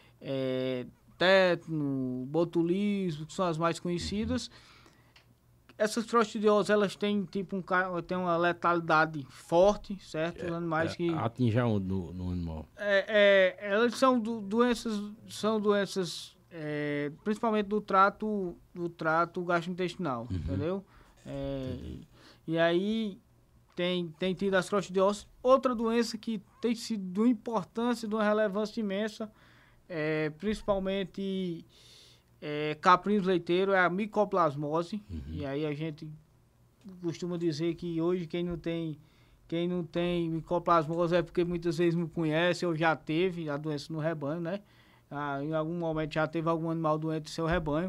S2: é, tétano, botulismo, que são as mais conhecidas. Essas crostidioses, elas têm, tipo, um, têm uma letalidade forte, certo?
S1: É,
S2: animais
S1: é,
S2: que...
S1: Atinge aonde no, no animal?
S2: É, é, elas são do, doenças, são doenças, é, principalmente do trato, do trato gastrointestinal, uhum. entendeu? É, e aí, tem, tem tido as crostidioses. Outra doença que tem sido de uma importância, de uma relevância imensa, é, principalmente... É, caprinos leiteiros é a micoplasmose. Uhum. E aí a gente costuma dizer que hoje quem não tem quem não tem micoplasmose é porque muitas vezes não conhece ou já teve a doença no rebanho, né? Ah, em algum momento já teve algum animal doente no seu rebanho.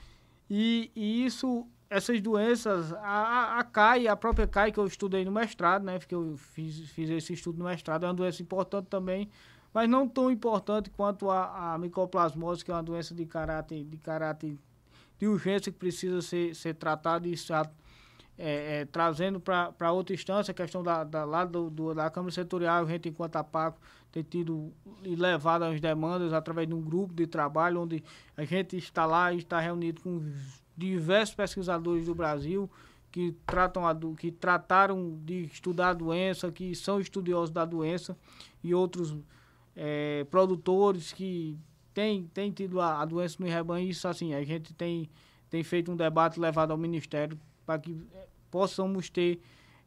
S2: E, e isso, essas doenças, a, a C A I, a própria C A I que eu estudei no mestrado, né? Porque eu fiz, fiz esse estudo no mestrado, é uma doença importante também, mas não tão importante quanto a, a micoplasmose, que é uma doença de caráter de, caráter de urgência que precisa ser, ser tratada e, é, é, trazendo para outra instância a questão da, da, lá do, do, da Câmara Setorial, a gente, enquanto APACO, tem tido e levado as demandas através de um grupo de trabalho, onde a gente está lá e está reunido com diversos pesquisadores do Brasil que, tratam a, que trataram de estudar a doença, que são estudiosos da doença, e outros é, produtores que têm, têm tido a, a doença no rebanho. Isso, assim, a gente tem, tem feito um debate levado ao Ministério para que possamos ter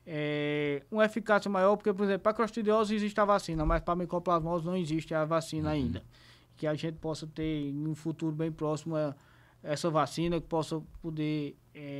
S2: é, uma eficácia maior, porque, por exemplo, para crostidiose existe a vacina, mas para micoplasmose não existe a vacina ainda. Que a gente possa ter, em um futuro bem próximo, essa vacina que possa poder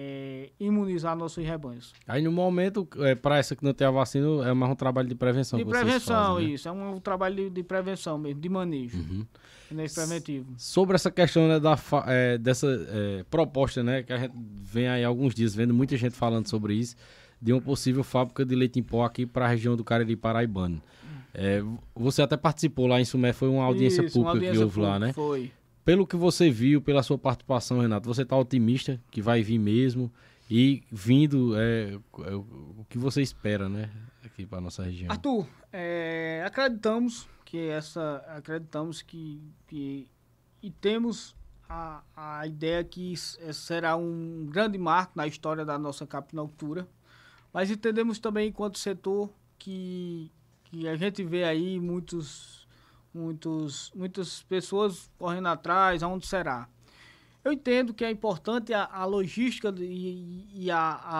S2: é, imunizar nossos rebanhos.
S1: Aí, no momento, é, para essa que não tem a vacina, é mais um trabalho de prevenção.
S2: De
S1: que
S2: prevenção,
S1: fazem, né?
S2: isso. É um, um trabalho de, de prevenção mesmo, de manejo.
S1: Uhum.
S2: Manejo preventivo.
S1: Sobre essa questão, né, da, é, dessa é, proposta, né, que a gente vem aí há alguns dias vendo muita gente falando sobre isso, de uma possível fábrica de leite em pó aqui para a região do Cariri Paraibano. É, você até participou lá em Sumé, foi uma audiência
S2: Isso,
S1: pública
S2: uma audiência
S1: que houve
S2: pública,
S1: lá, né?
S2: Foi.
S1: Pelo que você viu, pela sua participação, Renato, você está otimista que vai vir mesmo e vindo, é, é, o que você espera, né, aqui para nossa região?
S2: Arthur, é, acreditamos que essa, acreditamos que, que e temos a, a ideia que será um grande marco na história da nossa capinocultura, mas entendemos também, enquanto setor, que, que a gente vê aí muitos, muitos, muitas pessoas correndo atrás, aonde será. Eu entendo que é importante a, a logística e, e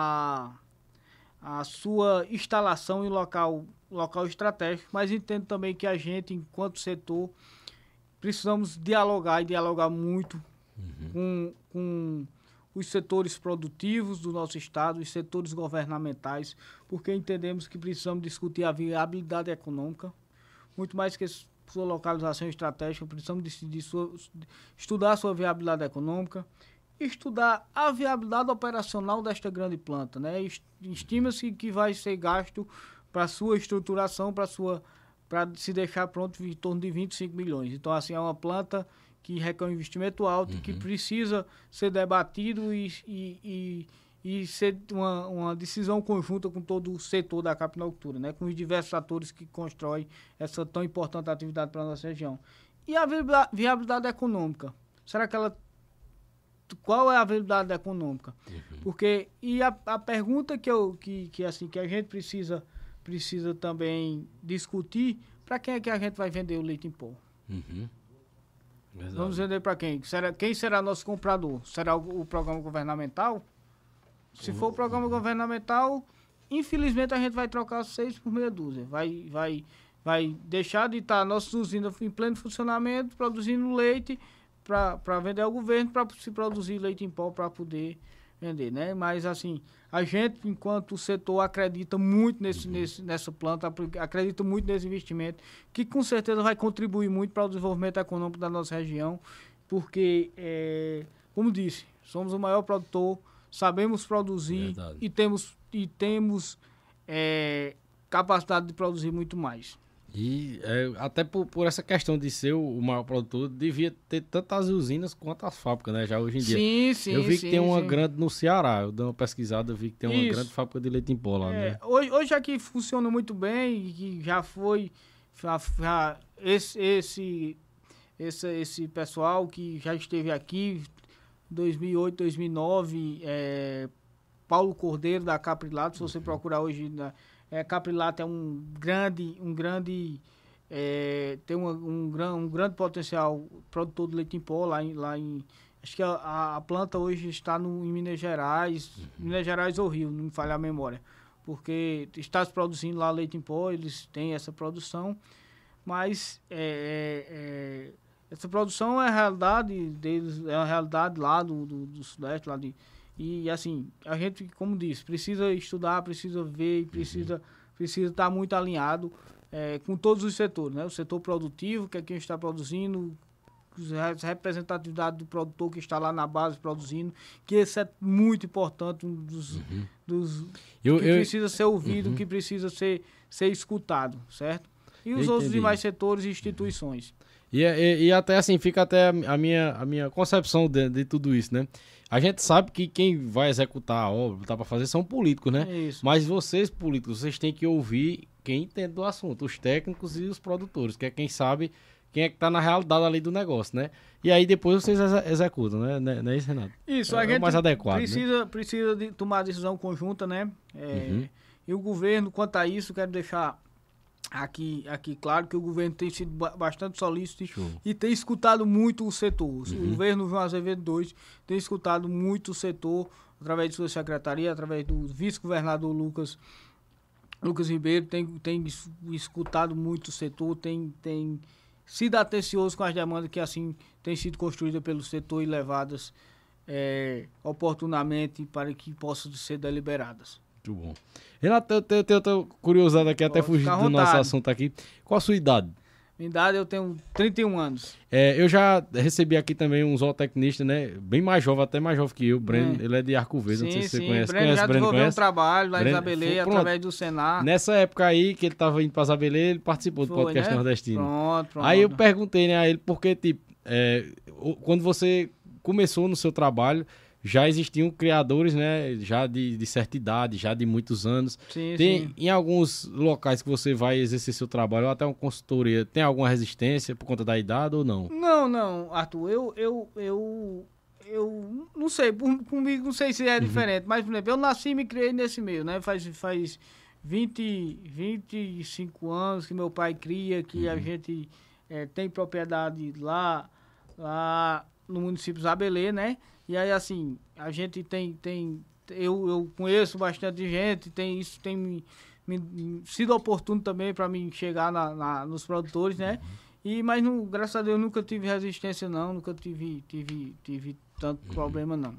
S2: a, a, a sua instalação em local, local estratégico, mas entendo também que a gente, enquanto setor, precisamos dialogar e dialogar muito uhum. com, com os setores produtivos do nosso estado, os setores governamentais, porque entendemos que precisamos discutir a viabilidade econômica, muito mais que sua localização estratégica, precisamos decidir sua, estudar a sua viabilidade econômica, estudar a viabilidade operacional desta grande planta, né? Estima-se que vai ser gasto para sua estruturação, para sua para se deixar pronto em torno de vinte e cinco milhões. Então, assim, é uma planta que requer um investimento alto, uhum. que precisa ser debatido e, e, e, e ser uma, uma decisão conjunta com todo o setor da capinocultura, né? Com os diversos atores que constroem essa tão importante atividade para a nossa região. E a viabilidade econômica? Será que ela... Qual é a viabilidade econômica? Uhum. Porque... E a, a pergunta que, eu, que, que, assim, que a gente precisa, precisa também discutir, para quem é que a gente vai vender o leite em pó? Uhum. Verdade. Vamos vender para quem? Será, quem será nosso comprador? Será o, o programa governamental? Se for o programa uhum. governamental, infelizmente a gente vai trocar seis por meia dúzia. Vai, vai, vai deixar de estar nossas usinas em pleno funcionamento, produzindo leite para vender ao governo, para se produzir leite em pó para poder vender, né? Mas, assim, a gente, enquanto setor, acredita muito nesse, uhum. nesse, nessa planta, acredita muito nesse investimento, que com certeza vai contribuir muito para o desenvolvimento econômico da nossa região, porque, é, como disse, somos o maior produtor, sabemos produzir Verdade. e temos, e temos é, capacidade de produzir muito mais.
S1: E é, até por, por essa questão de ser o, o maior produtor, devia ter tantas usinas quanto as fábricas, né? Já hoje em dia.
S2: Sim, sim,
S1: Eu vi
S2: sim,
S1: que tem uma
S2: sim.
S1: grande no Ceará. Eu dei uma pesquisada, eu vi que tem uma
S2: Isso.
S1: grande fábrica de leite em pó lá,
S2: é,
S1: né?
S2: Hoje, hoje aqui funciona muito bem, que já foi... Já, já, esse, esse, esse, esse pessoal que já esteve aqui, dois mil e oito, dois mil e nove, é, Paulo Cordeiro, da Caprilato, se você uhum. procurar hoje... Na, É, Caprilato é um grande, um grande é, tem uma, um, gran, um grande potencial produtor de leite em pó lá em, lá em acho que a, a planta hoje está no, em Minas Gerais, uhum. Minas Gerais ou Rio, não me falha a memória, porque está se produzindo lá leite em pó, eles têm essa produção, mas é, é, essa produção é a realidade deles, é a realidade lá do, do, do Sudeste, lá de E, assim, a gente, como disse, precisa estudar, precisa ver, precisa uhum. precisa estar muito alinhado é, com todos os setores, né? O setor produtivo, que é quem está produzindo, a representatividade do produtor que está lá na base produzindo, que esse é muito importante, um dos, uhum. dos eu, que eu, precisa ser ouvido, uhum. que precisa ser, ser escutado, certo? E os eu outros entendi. demais setores e instituições.
S1: E, e, e até assim, fica até a minha, a minha concepção de, de tudo isso, né? A gente sabe que quem vai executar a obra, tá para fazer, são políticos, né?
S2: Isso.
S1: Mas vocês, políticos, vocês têm que ouvir quem entende do assunto, os técnicos e os produtores, que é quem sabe, quem é que tá na realidade ali do negócio, né? E aí depois vocês exe executam, né? Não é isso, Renato?
S2: Isso,
S1: é,
S2: a
S1: é
S2: gente
S1: o mais adequado,
S2: precisa,
S1: né?
S2: precisa de tomar decisão conjunta, né? É,
S1: Uhum.
S2: E o governo, quanto a isso, quero deixar aqui, aqui claro que o governo tem sido ba bastante solícito
S1: Show.
S2: e tem escutado muito o setor.
S1: Uhum.
S2: O governo João Azevedo dois tem escutado muito o setor, através de sua secretaria, através do vice-governador Lucas, Lucas Ribeiro, tem, tem escutado muito o setor, tem, tem sido atencioso com as demandas que assim têm sido construídas pelo setor e levadas é, oportunamente para que possam ser deliberadas.
S1: Muito bom. Renato, eu tenho, eu tenho curiosidade aqui, até
S2: Pode
S1: fugir
S2: ficar à
S1: do nosso
S2: vontade.
S1: assunto aqui. Qual a sua idade?
S2: Minha idade, eu tenho trinta e um anos.
S1: É, eu já recebi aqui também um zootecnista, né? Bem mais jovem, até mais jovem que eu, Breno.
S2: É.
S1: Ele é de Arco Verde, não sei
S2: Sim,
S1: se você
S2: sim.
S1: conhece.
S2: Breno
S1: Conhece
S2: já
S1: o Breno,
S2: desenvolveu um
S1: conhece?
S2: trabalho lá em
S1: Breno-
S2: Zabelê,
S1: Pronto.
S2: através do Senar.
S1: Nessa época aí, que ele tava indo pra Zabelê, ele participou do
S2: Foi,
S1: podcast
S2: né?
S1: nordestino.
S2: Pronto, pronto.
S1: Aí eu perguntei, né, a ele, porque, tipo, é, o- quando você começou no seu trabalho, já existiam criadores, né, já de, de certa idade, já de muitos anos.
S2: Sim,
S1: Tem,
S2: sim.
S1: em alguns locais que você vai exercer seu trabalho, ou até uma consultoria, tem alguma resistência por conta da idade ou não?
S2: Não, não, Arthur, eu, eu, eu, eu não sei, por, comigo não sei se é diferente, mas, por exemplo, eu nasci e me criei nesse meio, né? Faz, faz vinte, vinte e cinco anos que meu pai cria, que a gente eh, tem propriedade lá, lá no município de Zabelê, né? E aí, assim, a gente tem, tem eu, eu conheço bastante gente, tem, isso tem me, me sido oportuno também para mim chegar na, na, nos produtores, né? E, mas, não, graças a Deus, nunca tive resistência, não. Nunca tive, tive, tive tanto problema, não.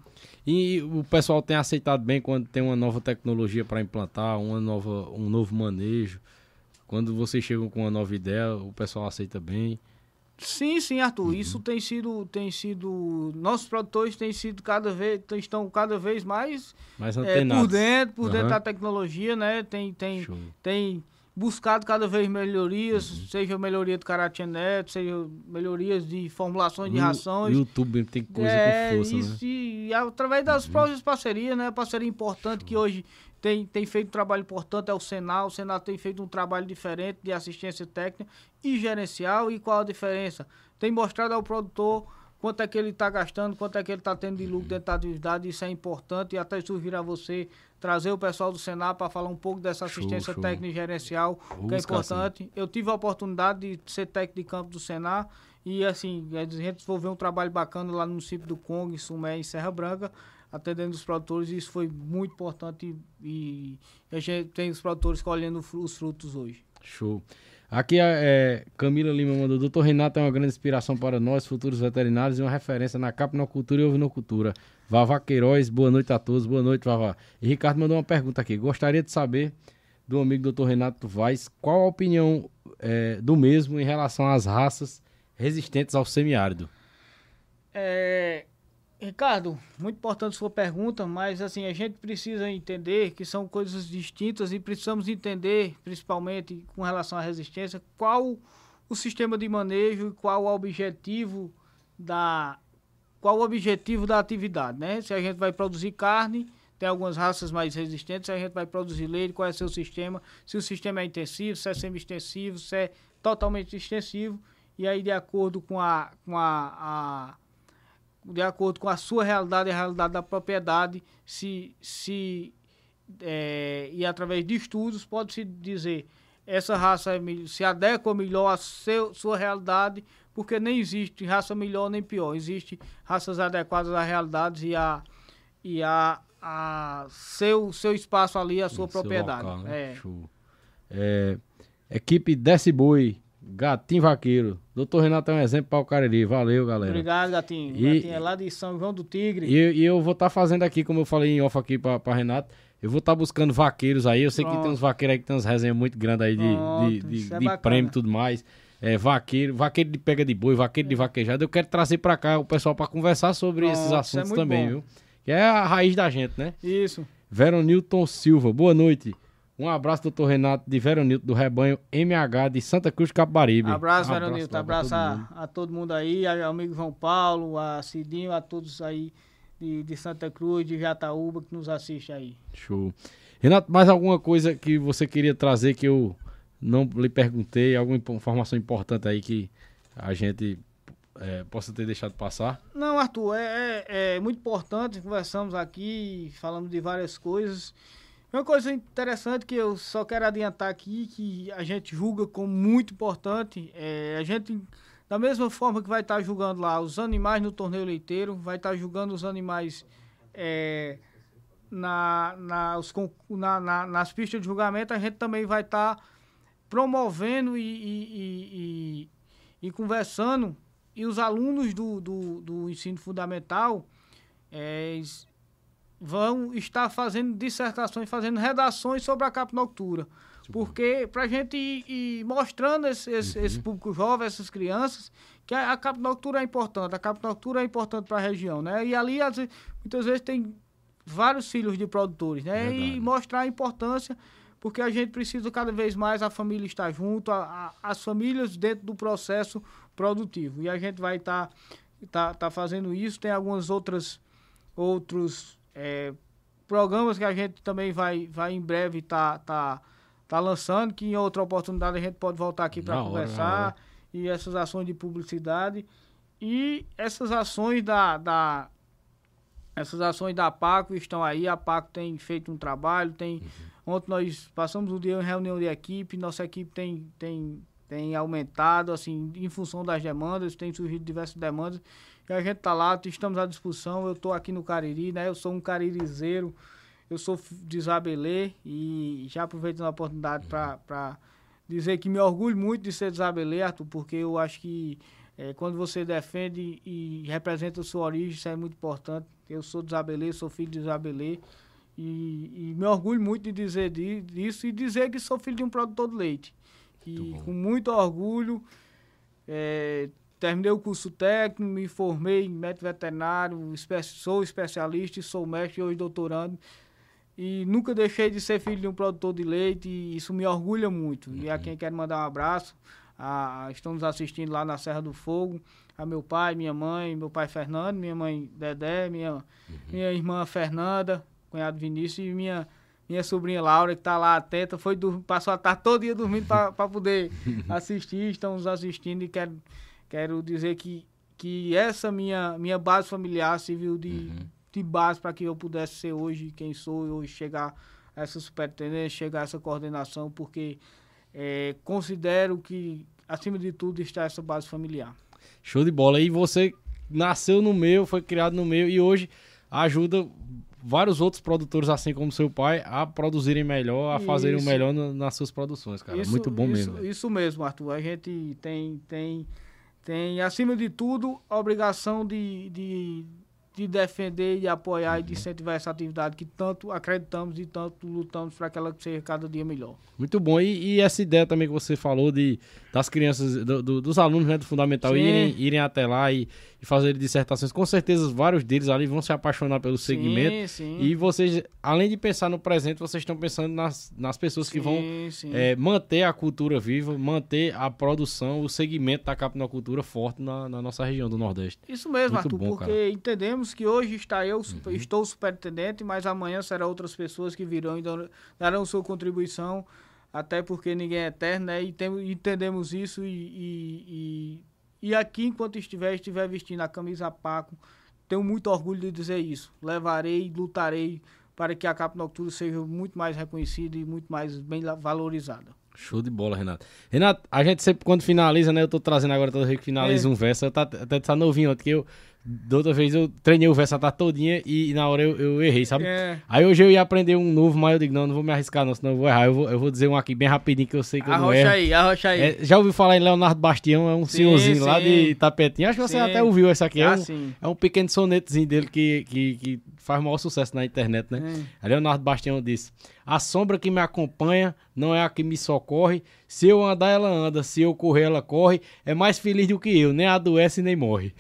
S1: E o pessoal tem aceitado bem quando tem uma nova tecnologia para implantar, uma nova, um novo manejo. Quando vocês chegam com uma nova ideia, o pessoal aceita bem.
S2: Sim, sim, Arthur. Isso tem sido, tem sido... Nossos produtores têm sido cada vez... Estão cada vez mais
S1: Mas
S2: é,
S1: antenados.
S2: por dentro, por dentro
S1: Aham.
S2: da tecnologia, né? Tem, tem,
S1: Show.
S2: tem buscado cada vez melhorias, seja melhoria do Caratianet, seja melhorias de formulações de
S1: No
S2: rações.
S1: YouTube tem coisa
S2: É,
S1: com força,
S2: isso,
S1: né?
S2: e através das próprias parcerias, né? Parceria importante que hoje tem, tem feito um trabalho importante é o Senar. O Senar tem feito um trabalho diferente de assistência técnica e gerencial. E qual a diferença? Tem mostrado ao produtor quanto é que ele está gastando, quanto é que ele está tendo de lucro dentro da atividade. Isso é importante. E até surgir a você trazer o pessoal do Senar para falar um pouco dessa assistência
S1: Show, show.
S2: técnica e gerencial,
S1: Vou
S2: que é
S1: buscar,
S2: importante. Eu tive a oportunidade de ser técnico de campo do Senar. E assim, a gente desenvolveu um trabalho bacana lá no município do Congo, em Sumé, em Serra Branca, atendendo os produtores, e isso foi muito importante e, e a gente tem os produtores colhendo os frutos hoje.
S1: Show. Aqui é, Camila Lima mandou: doutor Renato é uma grande inspiração para nós, futuros veterinários, e uma referência na capinocultura e ovinocultura. Vavá Queiroz, boa noite a todos. Boa noite, Vavá. E Ricardo mandou uma pergunta aqui: gostaria de saber do amigo doutor Renato Vaz qual a opinião é, do mesmo em relação às raças resistentes ao semiárido.
S2: É, Ricardo, muito importante sua pergunta, mas assim, a gente precisa entender que são coisas distintas e precisamos entender, principalmente com relação à resistência, qual o sistema de manejo e qual o objetivo da, qual o objetivo da atividade, né? Se a gente vai produzir carne, tem algumas raças mais resistentes, se a gente vai produzir leite, qual é o seu sistema, se o sistema é intensivo, se é semi-extensivo, se é totalmente extensivo, e aí de acordo com a, com a, a de acordo com a sua realidade e a realidade da propriedade, se, se é, e através de estudos pode-se dizer essa raça é, se adequa melhor à seu, sua realidade, porque nem existe raça melhor nem pior, existe raças adequadas à realidade e a, e a, a seu, seu espaço ali, a sua
S1: Seu
S2: propriedade.
S1: local, né?
S2: É.
S1: Show. É, equipe Desce Boi, Gatinho Vaqueiro. doutor Renato é um exemplo para o Cariri. Valeu, galera.
S2: Obrigado, Gatinho.
S1: E-
S2: Gatinho é lá de São João do Tigre.
S1: E, e eu vou estar fazendo aqui, como eu falei em off aqui para Renato, eu vou estar buscando vaqueiros aí. Eu sei que
S2: Pronto.
S1: tem uns vaqueiros aí que tem umas resenhas muito grandes aí de,
S2: Pronto,
S1: de, de,
S2: isso é
S1: de
S2: bacana.
S1: prêmio e tudo mais. É, vaqueiro, vaqueiro de pega de boi, vaqueiro de vaquejada. Eu quero trazer para cá o pessoal para conversar sobre
S2: Pronto,
S1: esses
S2: isso é
S1: assuntos
S2: muito
S1: também,
S2: bom.
S1: viu? Que é a raiz da gente, né?
S2: Isso.
S1: Veronilton Silva, boa noite. Um abraço, doutor Renato, de Veronilton, do Rebanho M H de Santa Cruz de Capibaribe.
S2: Abraço,
S1: um
S2: Veronilton. Abraço a, a todo mundo aí, ao amigo João Paulo, a Cidinho, a todos aí de, de Santa Cruz, de Jataúba, que nos assiste aí.
S1: Show. Renato, mais alguma coisa que você queria trazer que eu não lhe perguntei? Alguma informação importante aí que a gente é, possa ter deixado passar?
S2: Não, Arthur, é, é, é muito importante. Conversamos aqui, falamos de várias coisas. Uma coisa interessante que eu só quero adiantar aqui, que a gente julga como muito importante, é a gente, da mesma forma que vai estar julgando lá os animais no torneio leiteiro, vai estar julgando os animais é, na, na, os, na, na, nas pistas de julgamento, a gente também vai estar promovendo e, e, e, e, e conversando, e os alunos do, do, do ensino fundamental é, vão estar fazendo dissertações, fazendo redações sobre a capnocultura. Porque para a gente ir, ir mostrando esse, esse, uhum. esse público jovem, essas crianças, que a, a capnocultura é importante, a capnocultura é importante para a região, né? E ali, as, muitas vezes, tem vários filhos de produtores, né? Verdade. E mostrar a importância, porque a gente precisa cada vez mais a família estar junto, a, a, as famílias dentro do processo produtivo. E a gente vai estar tá, tá, tá fazendo isso, tem algumas outras outros É, programas que a gente também vai, vai em breve estar tá, tá, tá lançando, que em outra oportunidade a gente pode voltar aqui para conversar, e essas ações de publicidade e essas ações da, da essas ações da Paco estão aí. A Paco tem feito um trabalho, tem uhum. ontem nós passamos o dia em reunião de equipe, nossa equipe tem, tem, tem aumentado assim, em função das demandas, tem surgido diversas demandas. E a gente está lá, estamos à disposição. Eu estou aqui no Cariri, né? Eu sou um caririzeiro, eu sou de Isabelê e já aproveitando a oportunidade para dizer que me orgulho muito de ser de Isabelê, Arthur, porque eu acho que é, quando você defende e representa a sua origem, isso é muito importante. Eu sou de Isabelê, sou filho de Isabelê e, e me orgulho muito de dizer disso e dizer que sou filho de um produtor de leite. E com muito orgulho, é, terminei o curso técnico, me formei em médico veterinário, espe- sou especialista e sou mestre e hoje doutorando. E nunca deixei de ser filho de um produtor de leite e isso me orgulha muito. Uhum. E a quem quero mandar um abraço, a, a, estão nos assistindo lá na Serra do Fogo, a meu pai, minha mãe, meu pai Fernando, minha mãe Dedé, minha, uhum. minha irmã Fernanda, cunhado Vinícius e minha, minha sobrinha Laura, que está lá atenta, foi, passou a tarde todo dia dormindo para poder assistir, estão nos assistindo e quero... Quero dizer que, que essa minha, minha base familiar serviu de, uhum. de base para que eu pudesse ser hoje quem sou e hoje chegar a essa superintendência, chegar a essa coordenação, porque é, considero que, acima de tudo, está essa base familiar.
S1: Show de bola. E você nasceu no meio, foi criado no meio e hoje ajuda vários outros produtores, assim como seu pai, a produzirem melhor, a isso. fazerem o melhor no, nas suas produções, cara. Isso, muito bom
S2: isso,
S1: mesmo.
S2: Isso mesmo, Arthur. A gente tem... tem Tem, acima de tudo, a obrigação de, de, de defender, de apoiar uhum. e de incentivar essa atividade que tanto acreditamos e tanto lutamos para que ela seja cada dia melhor. Muito bom. E, e essa ideia também que você falou de, das crianças, do, do, dos alunos, né, do Fundamental irem, irem até lá e, e fazerem dissertações, com certeza vários deles ali vão se apaixonar pelo sim, segmento. Sim. E vocês, além de pensar no presente, vocês estão pensando nas, nas pessoas sim, que vão é, manter a cultura viva, manter a produção, o segmento da capinocultura forte na, na nossa região do Nordeste. Isso mesmo, muito Arthur, bom, porque cara. Entendemos que hoje está eu, uhum. estou superintendente, mas amanhã serão outras pessoas que virão e darão sua contribuição, até porque ninguém é eterno, né? E tem, entendemos isso e, e, e, e aqui, enquanto estiver, estiver vestindo a camisa Paco, tenho muito orgulho de dizer isso. Levarei, lutarei para que a capinocultura seja muito mais reconhecida e muito mais bem valorizada. Show de bola, Renato. Renato, a gente sempre, quando finaliza, né? Eu tô trazendo agora toda vez que finaliza é. um verso. Eu tá, até tá novinho, porque eu, da outra vez eu treinei o verso a tarde todinha e, e na hora eu, eu errei, sabe? É. Aí hoje eu ia aprender um novo, mas eu digo, não, não vou me arriscar não, senão eu vou errar. Eu vou, eu vou dizer um aqui bem rapidinho que eu sei que eu arrocha não erro. Arrocha aí, arrocha aí. É, já ouviu falar em Leonardo Bastião? É um sim, senhorzinho sim. lá de Tapetinho. Acho que você sim. até ouviu essa aqui. É, ah, um, é um pequeno sonetozinho dele que, que, que faz maior sucesso na internet, né? Hum. Aí Leonardo Bastião disse: a sombra que me acompanha não é a que me socorre. Se eu andar, ela anda. Se eu correr, ela corre. É mais feliz do que eu. Nem adoece, nem morre.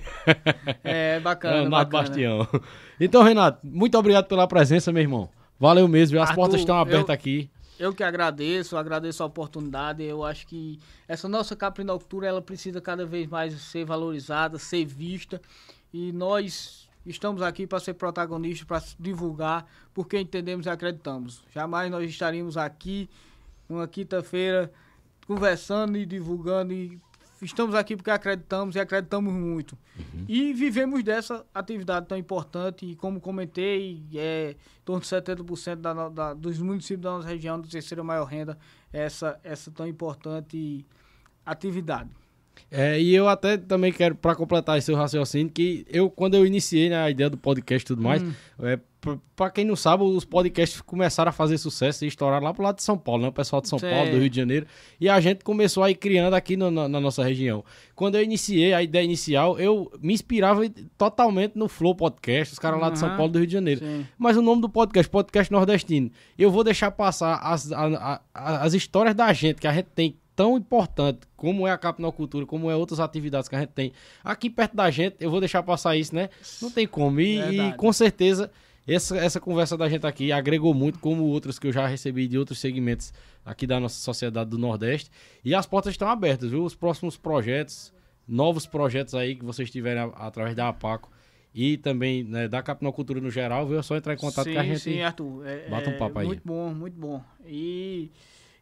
S2: É, bacana, Leonardo bacana. Bastião. Então, Renato, muito obrigado pela presença, meu irmão. Valeu mesmo. As Arthur, portas estão abertas eu, aqui. Eu que agradeço, agradeço a oportunidade. Eu acho que essa nossa caprinocultura, ela precisa cada vez mais ser valorizada, ser vista. E nós estamos aqui para ser protagonistas, para divulgar, porque entendemos e acreditamos. Jamais nós estaríamos aqui, numa quinta-feira, conversando e divulgando. E estamos aqui porque acreditamos e acreditamos muito. Uhum. E vivemos dessa atividade tão importante. E como comentei, é, em torno de setenta por cento da, da, dos municípios da nossa região, da terceira maior renda, essa, essa tão importante atividade.
S1: É, e eu até também quero, para completar esse seu raciocínio, que eu, quando eu iniciei, né, a ideia do podcast e tudo mais, hum. é, para quem não sabe, os podcasts começaram a fazer sucesso e estouraram lá pro lado de São Paulo, né, o pessoal de São Sim. Paulo, do Rio de Janeiro, e a gente começou a ir criando aqui no, na, na nossa região. Quando eu iniciei, a ideia inicial, eu me inspirava totalmente no Flow Podcast, os caras lá uhum. de São Paulo, do Rio de Janeiro. Sim. Mas o nome do podcast, Podcast Nordestino, eu vou deixar passar as, a, a, as histórias da gente, que a gente tem tão importante como é a caprinocultura, como é outras atividades que a gente tem aqui perto da gente, eu vou deixar passar isso, né? Não tem como. E, e com certeza, essa, essa conversa da gente aqui agregou muito, como outras que eu já recebi de outros segmentos aqui da nossa sociedade do Nordeste. E as portas estão abertas, viu? Os próximos projetos, novos projetos aí que vocês tiverem a, através da APACO e também, né, da caprinocultura no geral, viu? É só entrar em contato
S2: sim,
S1: com a gente.
S2: Sim, Arthur. É,
S1: bata um papo aí.
S2: Muito bom, muito bom. E...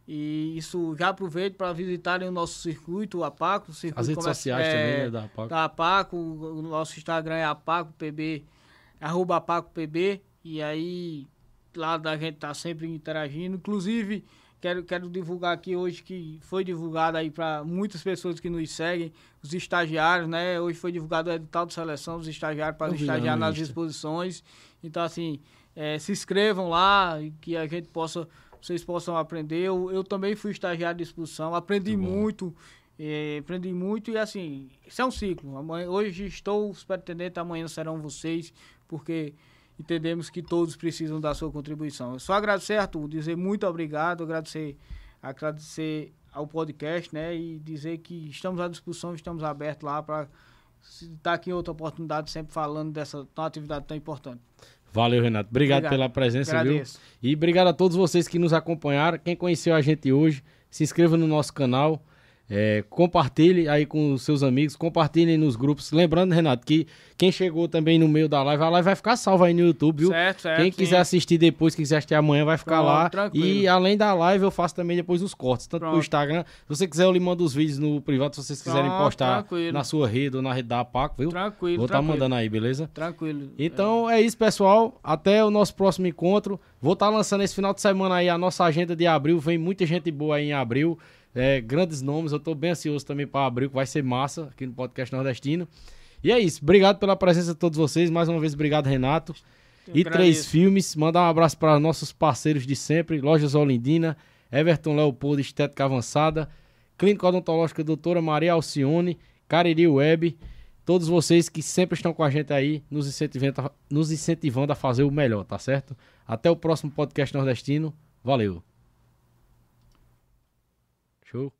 S2: E isso, já aproveito para visitarem o nosso circuito, o APACO. O circuito
S1: As redes sociais é, também, né, da APACO.
S2: Da APACO, o nosso Instagram é APACOPB, arroba APACOPB. E aí, lá da gente tá sempre interagindo. Inclusive, quero, quero divulgar aqui hoje que foi divulgado aí para muitas pessoas que nos seguem, os estagiários, né? Hoje foi divulgado o edital de seleção dos estagiários para estagiar nas exposições. Então, assim, é, se inscrevam lá e que a gente possa... vocês possam aprender. Eu, eu também fui estagiário de exposição, aprendi muito, muito é, aprendi muito e assim, isso é um ciclo. Amanhã, hoje estou superintendente, amanhã serão vocês, porque entendemos que todos precisam da sua contribuição. Eu só agradecer, Arthur, dizer muito obrigado, agradecer, agradecer ao podcast, né, e dizer que estamos à disposição, estamos abertos lá para estar aqui em outra oportunidade, sempre falando dessa tão atividade tão importante.
S1: Valeu, Renato. Obrigado, obrigado. pela presença, Agradeço. viu? E obrigado a todos vocês que nos acompanharam. Quem conheceu a gente hoje, se inscreva no nosso canal. É, compartilhe aí com os seus amigos, compartilhem nos grupos. Lembrando, Renato, que quem chegou também no meio da live, a live vai ficar salva aí no YouTube, viu?
S2: Certo, certo,
S1: quem quiser
S2: sim.
S1: assistir depois, quem quiser assistir amanhã, vai ficar Pronto, lá.
S2: Tranquilo.
S1: E além da live, eu faço também depois os cortes, tanto
S2: Pronto.
S1: no Instagram. Se você quiser, eu lhe mando os vídeos no privado, se vocês quiserem
S2: Pronto,
S1: postar
S2: tranquilo.
S1: na sua rede ou na rede da APACO, viu?
S2: Tranquilo,
S1: Vou estar tá
S2: tranquilo.
S1: mandando aí, beleza?
S2: Tranquilo.
S1: Então é. é isso, pessoal. Até o nosso próximo encontro. Vou estar tá lançando esse final de semana aí a nossa agenda de abril. Vem muita gente boa aí em abril. É, grandes nomes, eu tô bem ansioso também para abril, que vai ser massa aqui no Podcast Nordestino. E é isso, obrigado pela presença de todos vocês, mais uma vez obrigado, Renato. Eu e agradeço. Três Filmes, mandar um abraço para nossos parceiros de sempre, Lojas Olindina, Everton Leopoldo Estética Avançada, Clínica Odontológica Doutora Maria Alcione, Cariri Web, todos vocês que sempre estão com a gente aí, nos incentivando, nos incentivando a fazer o melhor, tá certo? Até o próximo Podcast Nordestino, valeu! Show.